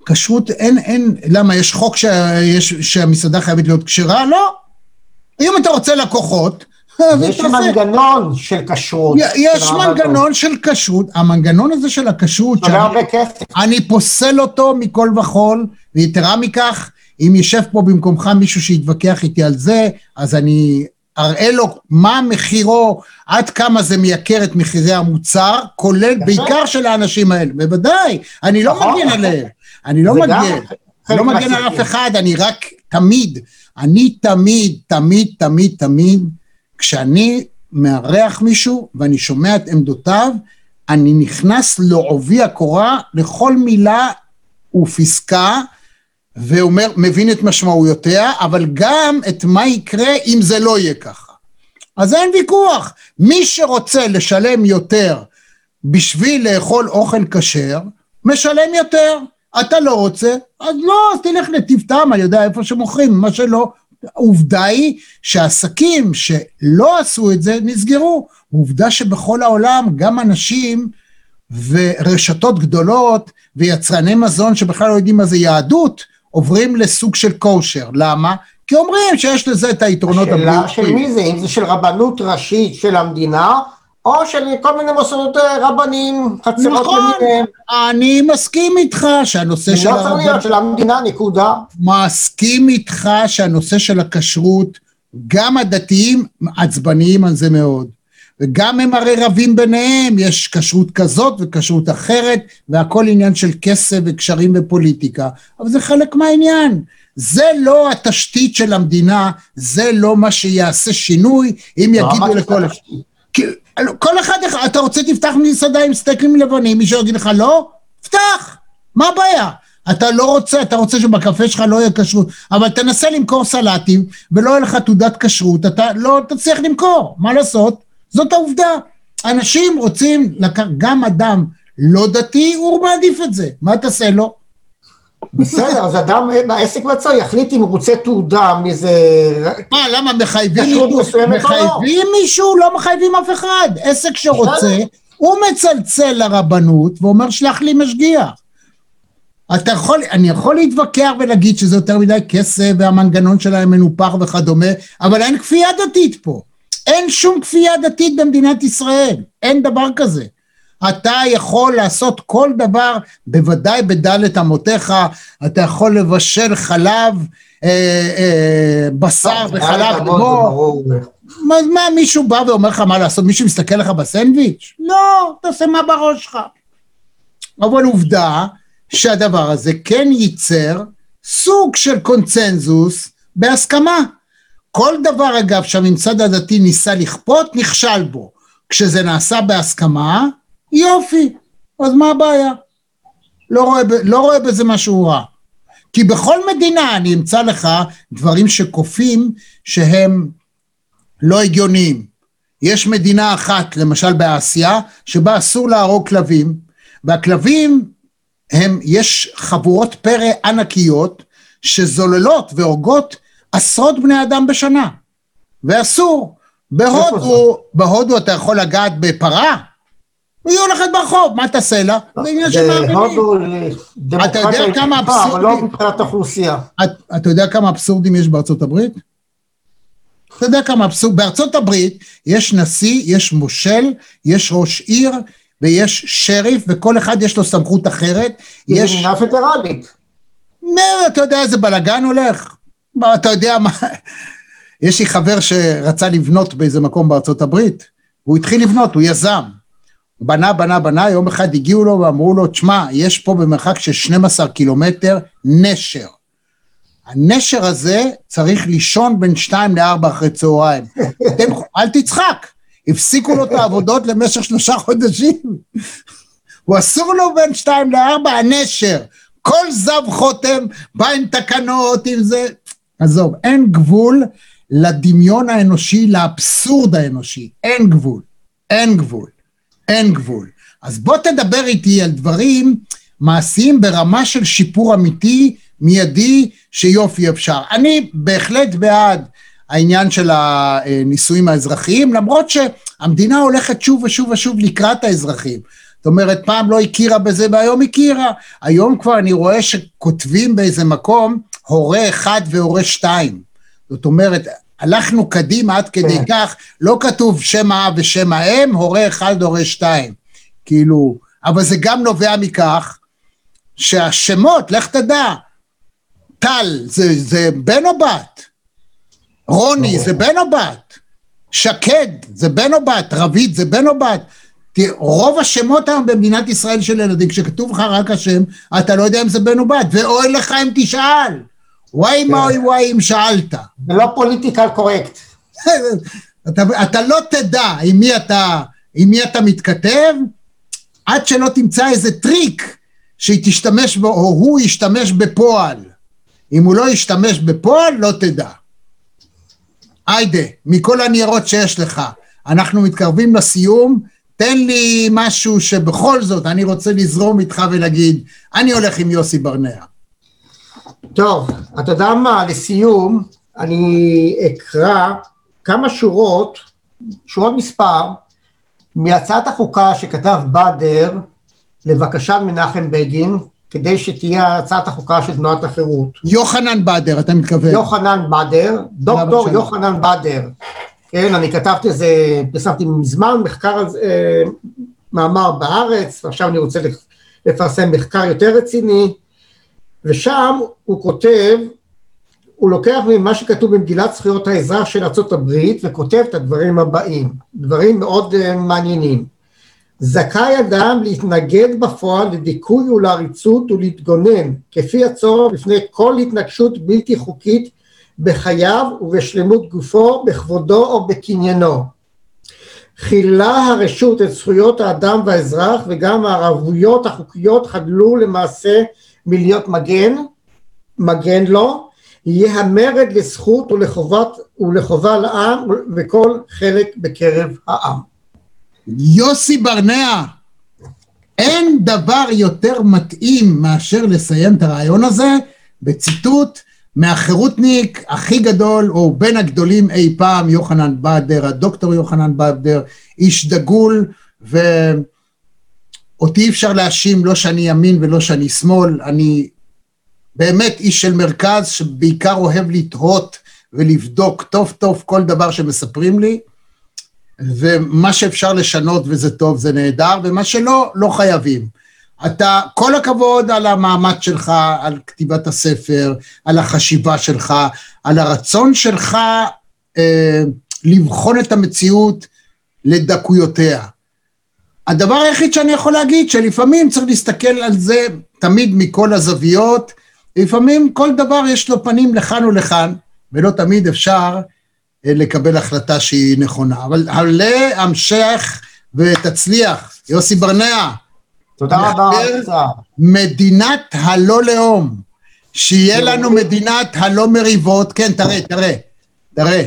כשרות אין, אין, למה, יש חוק שיש, שהמסעדה חייבת להיות כשרה? לא. אם אתה רוצה לקוחות, יש מנגנון של כשרות. יש מנגנון של כשרות, המנגנון הזה של הכשרות, אני פוסל אותו מכל וכל, ויתרה מכך, אם ישב פה במקומך מישהו שיתווכח איתי על זה, אז אני אראה לו מה מחירו, עד כמה זה מייקר את מחירי המוצר, כולל בעיקר של האנשים האלה, בוודאי, אני לא מגן עליהם, אני לא מגן, לא מגן על אף אחד, אני רק תמיד, אני תמיד, תמיד, תמיד, תמיד, כשאני מארח מישהו ואני שומע את עמדותיו, אני נכנס לעובי הקורה לכל מילה ופסקה, ואומר, מבין את משמעויותיה, אבל גם את מה יקרה אם זה לא יהיה ככה. אז אין ויכוח. מי שרוצה לשלם יותר בשביל לאכול אוכל כשר, משלם יותר. אתה לא רוצה, אז לא, אז תלך לטבעם, אני יודע איפה שמוכרים, מה שלא. העובדה היא שהעסקים שלא עשו את זה נסגרו. העובדה שבכל העולם גם אנשים ורשתות גדולות ויצרני מזון שבכלל לא יודעים מה זה יהדות, עוברים לסוג של קושר. למה? כי אומרים שיש לזה את היתרונות הבריאותיים. השאלה של מי זה? אם זה של רבנות ראשית של המדינה, או של כל מיני מוסדות רבנים, חצרות למיניהם. אני מסכים איתך שהנושא של הרבנות... לא צריך להיות של המדינה, נקודה. מסכים איתך שהנושא של הכשרות, גם הדתיים עצבניים על זה מאוד. וגם הם הרי רבים ביניהם, יש כשרות כזאת וכשרות אחרת, והכל עניין של כסף וקשרים ופוליטיקה, אבל זה חלק מהעניין. זה לא התשתית של המדינה, זה לא מה שיעשה שינוי, אם יגידו לכל... כל אחד, אתה רוצה תפתח מסעדה עם סטייקים לבנים, מישהו יגיד לך לא? פתח, מה הבעיה? אתה לא רוצה, אתה רוצה שבקפה שלך לא יהיה כשרות, אבל תנסה למכור סלטים, ולא יהיה לך תעודת כשרות, אתה לא תצליח למכור, מה לעשות? זאת העובדה. אנשים רוצים, גם אדם לא דתי, הוא מעדיף את זה. מה תעשה לו? בסדר, אז אדם, העסק מצא, יחליט אם הוא רוצה תעודה מאיזה... מה, למה מחייבים מישהו? מחייבים מישהו? לא מחייבים אף אחד. עסק שרוצה, הוא מצלצל לרבנות, ואומר שלח לי משגיח. אתה יכול, אני יכול להתווכח ולהגיד שזה יותר מדי כסף, והמנגנון שלהם מנופח וכדומה, אבל אין כפייה דתית פה. אין שום כפייה דתית במדינת ישראל, אין דבר כזה. אתה יכול לעשות כל דבר, בוודאי בדלת אמותיך, אתה יכול לבשל חלב, אה, אה, בשר וחלב כמו, מה, מה מישהו בא ואומר לך מה לעשות, מישהו מסתכל לך בסנדוויץ'? לא, תעשה מה בראש שלך. אבל עובדה שהדבר הזה כן ייצר סוג של קונצנזוס בהסכמה. כל דבר אגב שהממסד הדתי ניסה לכפות, נכשל בו. כשזה נעשה בהסכמה, יופי. אז מה הבעיה? לא רואה, לא רואה בזה משהו רע. כי בכל מדינה אני אמצא לך דברים שקופים שהם לא הגיוניים. יש מדינה אחת, למשל באסיה, שבה אסור להרוג כלבים, והכלבים הם, יש חבורות פרא ענקיות שזוללות והורגות עשרות בני אדם בשנה, ואסור. בהודו, בהודו אתה יכול לגעת בפרה, והיא הולכת ברחוב, מה תעשה לה? זה עניין שמאמינים. אתה יודע כמה אבסורדים, אבל לא מבחינת האוכלוסייה. אתה יודע כמה אבסורדים יש בארצות הברית? אתה יודע כמה אבסורדים, בארצות הברית יש נשיא, יש מושל, יש ראש עיר, ויש שריף, וכל אחד יש לו סמכות אחרת. יש מדינה פדרלית. אתה יודע איזה בלגן הולך? אתה יודע מה, יש לי חבר שרצה לבנות באיזה מקום בארצות הברית, הוא התחיל לבנות, הוא יזם, בנה, בנה, בנה, יום אחד הגיעו לו ואמרו לו, תשמע, יש פה במרחק של שנים עשר קילומטר נשר, הנשר הזה צריך לישון בין שתיים לארבע אחרי צהריים, אתם, אל תצחק, הפסיקו לו את העבודות למשך שלושה חודשים, הוא אסור לו בין שתיים לארבע, הנשר, כל זב חותם, בא עם תקנות, עם זה, עזוב, אין גבול לדמיון האנושי, לאבסורד האנושי, אין גבול, אין גבול, אין גבול. אז בוא תדבר איתי על דברים מעשיים ברמה של שיפור אמיתי, מיידי, שיופי אפשר. אני בהחלט בעד העניין של הניסויים האזרחיים, למרות שהמדינה הולכת שוב ושוב ושוב לקראת האזרחים. זאת אומרת, פעם לא הכירה בזה, והיום הכירה. היום כבר אני רואה שכותבים באיזה מקום, הורה אחד והורה שתיים. זאת אומרת, הלכנו קדימה עד כדי כך, לא כתוב שם האב ושם האם, הורה אחד, הורה שתיים. כאילו, אבל זה גם נובע מכך, שהשמות, לך תדע, טל, זה, זה בן או בת? רוני, זה בן או בת? שקד, זה בן או בת? רבית, זה בן או בת? רוב השמות היום במדינת ישראל של ילדים, כשכתוב לך רק השם, אתה לא יודע אם זה בן או בת, ואוי לך אם תשאל. וואי מה אוי וואי אם שאלת. זה לא פוליטיקל קורקט. אתה, אתה לא תדע עם מי אתה, עם מי אתה מתכתב, עד שלא תמצא איזה טריק, שהיא תשתמש בו, או הוא ישתמש בפועל. אם הוא לא ישתמש בפועל, לא תדע. היידה, מכל הניירות שיש לך, אנחנו מתקרבים לסיום, תן לי משהו שבכל זאת אני רוצה לזרום איתך ולהגיד, אני הולך עם יוסי ברנע. טוב, אתה יודע מה, לסיום, אני אקרא כמה שורות, שורות מספר, מהצעת החוקה שכתב בדר, לבקשת מנחם בגין, כדי שתהיה הצעת החוקה של תנועת החירות. יוחנן בדר, אתה מתכוון? יוחנן בדר, דוקטור יוחנן בדר. כן, אני כתבתי את זה, פרסמתי מזמן, מחקר, אה, מאמר בארץ, ועכשיו אני רוצה לפרסם מחקר יותר רציני, ושם הוא כותב, הוא לוקח ממה שכתוב במגילת זכויות האזרח של ארצות הברית, וכותב את הדברים הבאים, דברים מאוד uh, מעניינים. זכאי אדם להתנגד בפועל לדיכוי ולעריצות ולהתגונן, כפי הצורך בפני כל התנגשות בלתי חוקית בחייו ובשלמות גופו, בכבודו או בקניינו. חילה הרשות את זכויות האדם והאזרח, וגם הערבויות החוקיות חדלו למעשה מלהיות מגן, מגן לו, יהיה המרד לזכות ולחובת, ולחובה לעם וכל חלק בקרב העם. יוסי ברנע, אין דבר יותר מתאים מאשר לסיים את הרעיון הזה בציטוט מהחירותניק הכי גדול, או בין הגדולים אי פעם, יוחנן בדר, הדוקטור יוחנן בדר, איש דגול, ואותי אפשר להאשים, לא שאני ימין ולא שאני שמאל, אני באמת איש של מרכז, שבעיקר אוהב לתהות ולבדוק טוב טוב כל דבר שמספרים לי, ומה שאפשר לשנות וזה טוב זה נהדר, ומה שלא, לא חייבים. אתה, כל הכבוד על המאמץ שלך, על כתיבת הספר, על החשיבה שלך, על הרצון שלך אה, לבחון את המציאות לדקויותיה. הדבר היחיד שאני יכול להגיד, שלפעמים צריך להסתכל על זה תמיד מכל הזוויות, לפעמים כל דבר יש לו פנים לכאן ולכאן, ולא תמיד אפשר לקבל החלטה שהיא נכונה. אבל עלה, המשך ותצליח. יוסי ברנע. תודה רבה. מדינת הלא לאום. שיהיה לנו מדינת הלא מריבות. כן, תראה, תראה. תראה.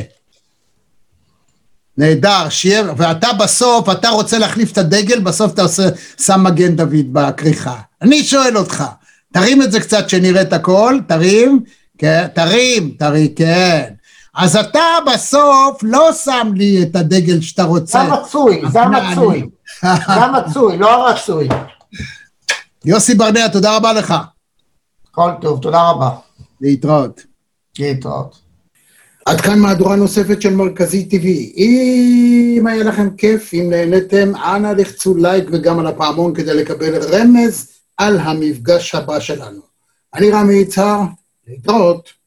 נהדר, שיהיה, ואתה בסוף, אתה רוצה להחליף את הדגל, בסוף אתה עושה, שם מגן דוד בכריכה. אני שואל אותך, תרים את זה קצת שנראה את הכל, תרים, כן, תרים, תרים, כן. אז אתה בסוף לא שם לי את הדגל שאתה רוצה. זה מצוי, זה מצוי. זה מצוי, לא הרצוי. יוסי ברנע, תודה רבה לך. כל טוב, תודה רבה. להתראות. להתראות. עד כאן מהדורה נוספת של מרכזי טבעי. אם היה לכם כיף, אם נהנתם, אנא לחצו לייק וגם על הפעמון כדי לקבל רמז על המפגש הבא שלנו. אני רמי יצהר, להתראות.